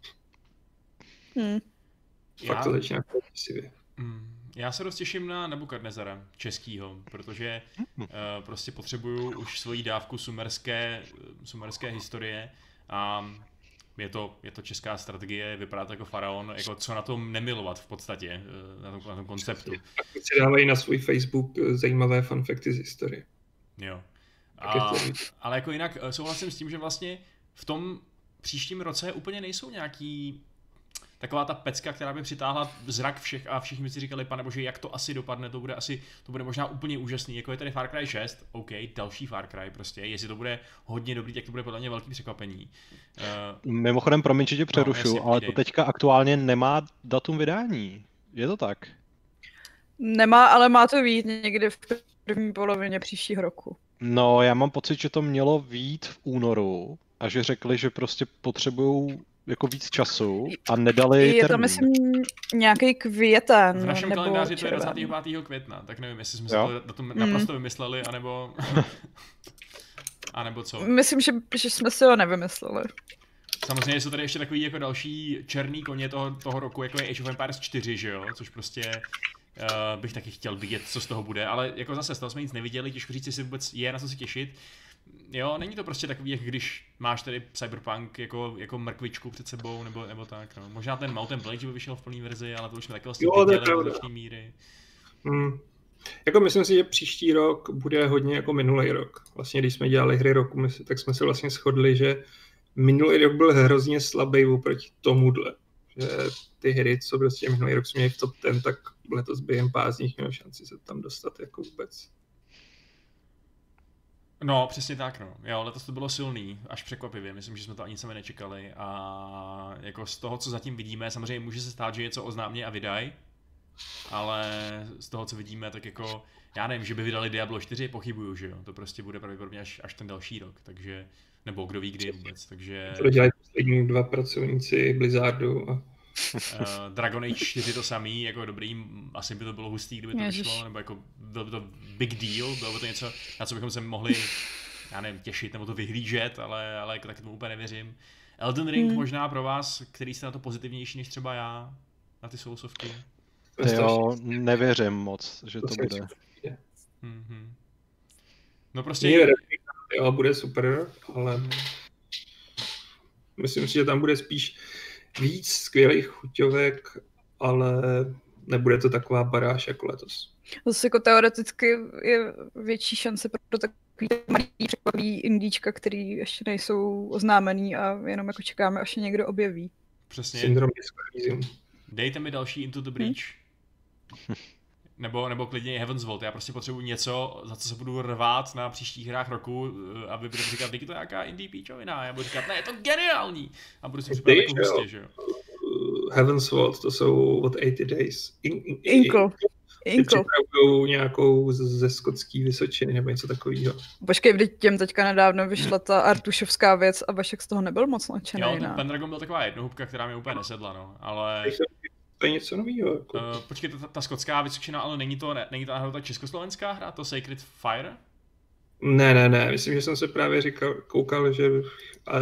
Hmm. Fakt Já, to začíná děsivě. mm, já se dost těším na Nebukadnezara českýho, protože uh, prostě potřebuju už svoji dávku sumerské, sumerské historie a je to, je to česká strategie, vypadá to jako faraon, jako co na tom nemilovat v podstatě, uh, na tom, na tom konceptu. A teď si dávají na svůj Facebook zajímavé fanfakty z historie. Jo. Tak je A, to víc. ale jako jinak eh, souhlasím s tím, že vlastně v tom příštím roce úplně nejsou nějaký taková ta pecka, která by přitáhla zrak všech a všichni si říkali, pane bože, jak to asi dopadne, to bude asi, to bude možná úplně úžasný, jako je tady Far Cry šest, OK, další Far Cry prostě, jestli to bude hodně dobrý, tak to bude podle mě velký překvapení. Uh, Mimochodem, promiň, že tě přerušu, jasně, ale to povídej. teďka aktuálně nemá datum vydání. Je to tak? Nemá, ale má to být někdy v první polovině příštího roku. No, já mám pocit, že to mělo vyjít v únoru a že řekli, že prostě potřebují jako víc času a nedali Je to, termín. myslím, nějaký květen. v našem nebo kalendáři to je červen. dvacátého pátého května, tak nevím, jestli jsme si Jo. to datum naprosto vymysleli, anebo... a nebo co. Myslím, že, že jsme si ho nevymysleli. Samozřejmě jsou tady ještě takový jako další černý koně toho, toho roku, jako je Age of Empires čtyři, že jo, což prostě uh, bych taky chtěl vidět, co z toho bude, ale jako zase z toho jsme nic neviděli, těžko říct, jestli vůbec je na co se těšit. Jo, není to prostě takový, jak když máš tady Cyberpunk jako, jako mrkvičku před sebou, nebo, nebo tak, no. Možná ten Mountain Blade by vyšel v plné verzi, ale to už jsme taky vlastně Jo, to je viděli do pravda. značné míry. Hmm. Jako myslím si, že příští rok bude hodně jako minulý rok. Vlastně když jsme dělali hry roku, my si- tak jsme se vlastně shodli, že minulý rok byl hrozně slabý oproti tomuhle. Že ty hry, co prostě minulý rok jsme měli v top deset, tak letos během pár z nich měl šanci se tam dostat jako vůbec. No, přesně tak, no. Jo, letos to bylo silný, až překvapivě. Myslím, že jsme to ani sami nečekali. A jako z toho, co zatím vidíme, samozřejmě může se stát, že něco oznámí a vydají. Ale z toho, co vidíme, tak jako, já nevím, že by vydali Diablo čtyři, pochybuju, že jo. To prostě bude pravděpodobně až, až ten další rok, takže, nebo kdo ví kdy vůbec, takže... To dělají poslední dva pracovníci Blizzardu a... Uh, Dragon Age čtyři to samý, jako dobrý, asi by to bylo hustý, kdyby to Ježiš. vyšlo, nebo jako byl by to big deal, bylo by to něco, na co bychom se mohli, já nevím, těšit, nebo to vyhlížet, ale, ale tak tomu úplně nevěřím. Elden Ring Hmm. možná pro vás, který jste na to pozitivnější než třeba já, na ty soulsovky. Jo, nevěřím moc, že to To bude. Mm-hmm. No prostě... Mě jo, bude super, ale myslím si, že tam bude spíš víc skvělých chuťovek, ale nebude to taková baráž jako letos. Zase jako teoreticky je větší šance pro takový malý překvapivý indíčka, který ještě nejsou oznámený a jenom jako čekáme, až je někdo objeví. Přesně. Syndrom Discordium. Dejte mi další Into the Breach. Nebo, nebo klidně i Heaven's Vault. Já prostě potřebuji něco, za co se budu rvát na příštích hrách roku, a vy budete říkat, je to nějaká indie píčovina. Já budu říkat, ne, je to geniální. A budu si připadat jako hustě, že jo. Heaven's Vault, to jsou od osmdesát Days. In, in, Inkle. Inkle. Připravují nějakou ze skotský Vysočiny nebo něco takového. Počkej, vždyť těm teďka nedávno vyšla ta Artušovská věc a Vašek z toho nebyl moc nadšený. Jo, ten ne? Pendragon byl taková jednohubka, která mi úplně nesedla, no. Ale... To je něco nového. Jako. Uh, počkej, ta, ta skotská Vysočina, ale není to, ne, není to náhodou ta československá hra, to Sacred Fire? Ne, ne, ne, myslím, že jsem se právě říkal, koukal, že... A...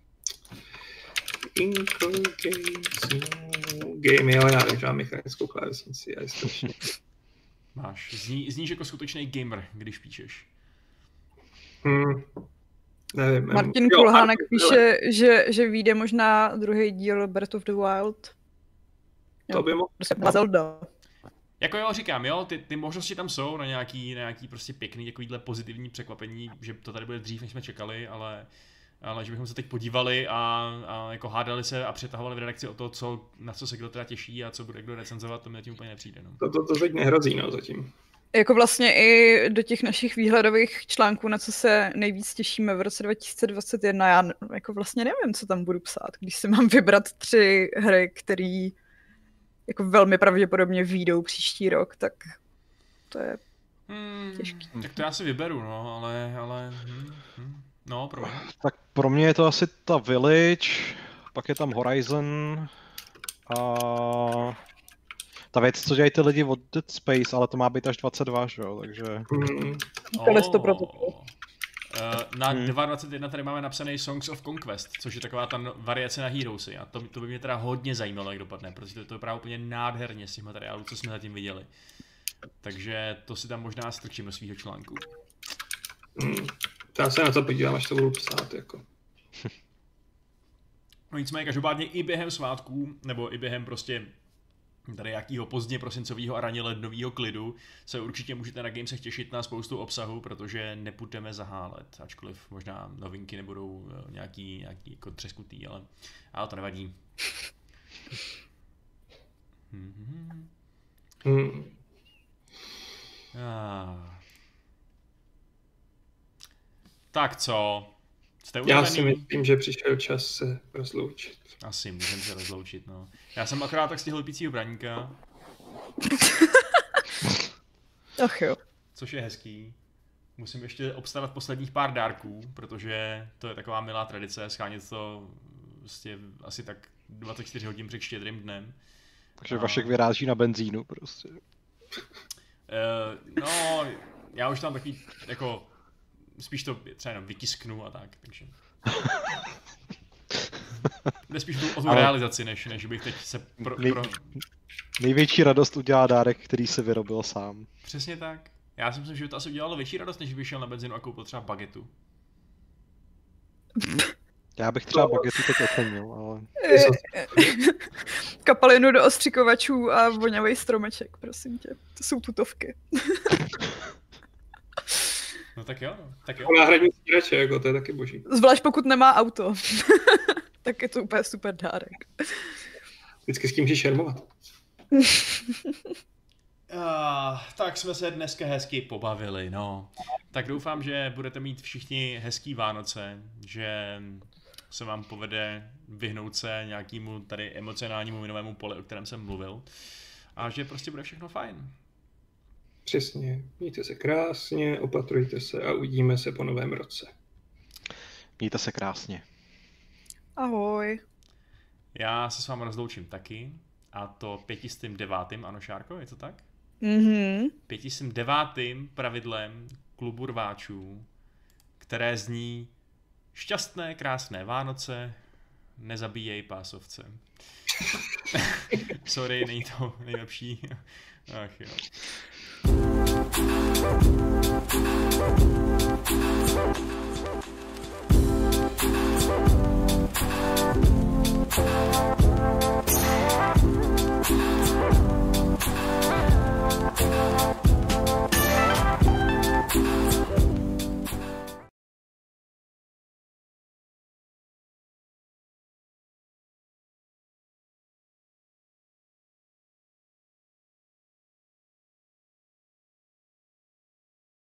Inkle Games, no, game, jo, já vím, že mám mechanickou klávesnici a je strašně. Máš, zní, zníš jako skutečný gamer, když píšeš. Hmm. Nevím. Martin jo, Kulhánek Martin, píše, že, že vyjde možná druhý díl Breath of the Wild. To by mohl. Prostě Zelda. Jako jo, říkám, jo, ty, ty možnosti tam jsou na nějaký, na nějaký prostě pěkný takovýhle pozitivní překvapení, že to tady bude dřív, než jsme čekali, ale, ale že bychom se teď podívali a, a jako hádali se a přetahovali v redakci o to, co, na co se kdo teda těší a co bude kdo recenzovat, to mi tím úplně nepřijde. No. To, to, to teď nehrozí, no, zatím. Jako vlastně i do těch našich výhledových článků, na co se nejvíc těšíme v roce dva tisíce dvacet jedna, já jako vlastně nevím, co tam budu psát, když si mám vybrat tři hry, které jako velmi pravděpodobně vyjdou příští rok, tak to je Hmm, těžký. tak to já si vyberu, no, ale, ale, hm, hm, no, pro mě. Tak pro mě je to asi ta Village, pak je tam Horizon a ta věc, co dělají ty lidi od Dead Space, ale to má být až dvacet dva, že jo, takže... Hmm. Kalisto Protocol. Uh, na Hmm. dvacet jedna tady máme napsaný Songs of Conquest, což je taková ta no- variace na Heroesy a to, to by mě teda hodně zajímalo, jak dopadne, protože to, to je právě úplně nádherně z těch materiálů, co jsme zatím viděli. Takže to si tam možná strčím do svýho článku. Hmm. Já se na to podívám, až to budu psát, jako. No nicméně každopádně i během svátků, nebo i během prostě tady jakýho pozdně prosincového a raně lednového klidu se určitě můžete na Gamesech těšit na spoustu obsahu, protože nepůjdeme zahálet, ačkoliv možná novinky nebudou eh, nějaký, nějaký jako třeskutý, ale, ale to nevadí. Mhm. Hmm. Ah. Tak co? Jste Já si unavený? myslím, že přišel čas se rozloučit. Asi, můžeme se rozloučit, no. Já jsem akorát tak stihl pícího braníka, Ach jo. což je hezký. Musím ještě obstarat posledních pár dárků, protože to je taková milá tradice, schánět to vlastně asi tak dvacet čtyři hodin před Štědrým dnem. Takže A- Vašek vyráží na benzínu prostě. Uh, no, já už tam takový, jako, spíš to třeba jenom vytisknu a tak, takže. Jde spíš o tu Ale- realizaci, než, než bych teď se pro, Nej- pro... Největší radost udělá dárek, který se vyrobil sám. Přesně tak. Já si myslím, že by to asi udělalo větší radost, než bych šel na benzínu a koupil třeba bagetu. Já bych třeba bagetu teď ocenil, ale... Kapalinu do ostřikovačů a voňavý stromeček, prosím tě. To jsou tutovky. No tak jo, no. Tak jo. Náhradní stírače, jako, to je taky boží. Zvlášť pokud nemá auto. Tak je to úplně super dárek. Vždycky s tím můžeš šermovat. Uh, tak jsme se dneska hezky pobavili, no. Tak doufám, že budete mít všichni hezký Vánoce, že se vám povede vyhnout se nějakému tady emocionálnímu minovému poli, o kterém jsem mluvil, a že prostě bude všechno fajn. Přesně. Mějte se krásně, opatrujte se a uvidíme se po novém roce. Mějte se krásně. Ahoj. Já se s vámi rozloučím taky, a to pětistým devátým, ano Šárko, je to tak? Mhm. Pětistým devátým pravidlem klubu rváčů, které zní šťastné, krásné Vánoce, nezabíjej pásovce. Sorry, není to nejlepší. Ach jo.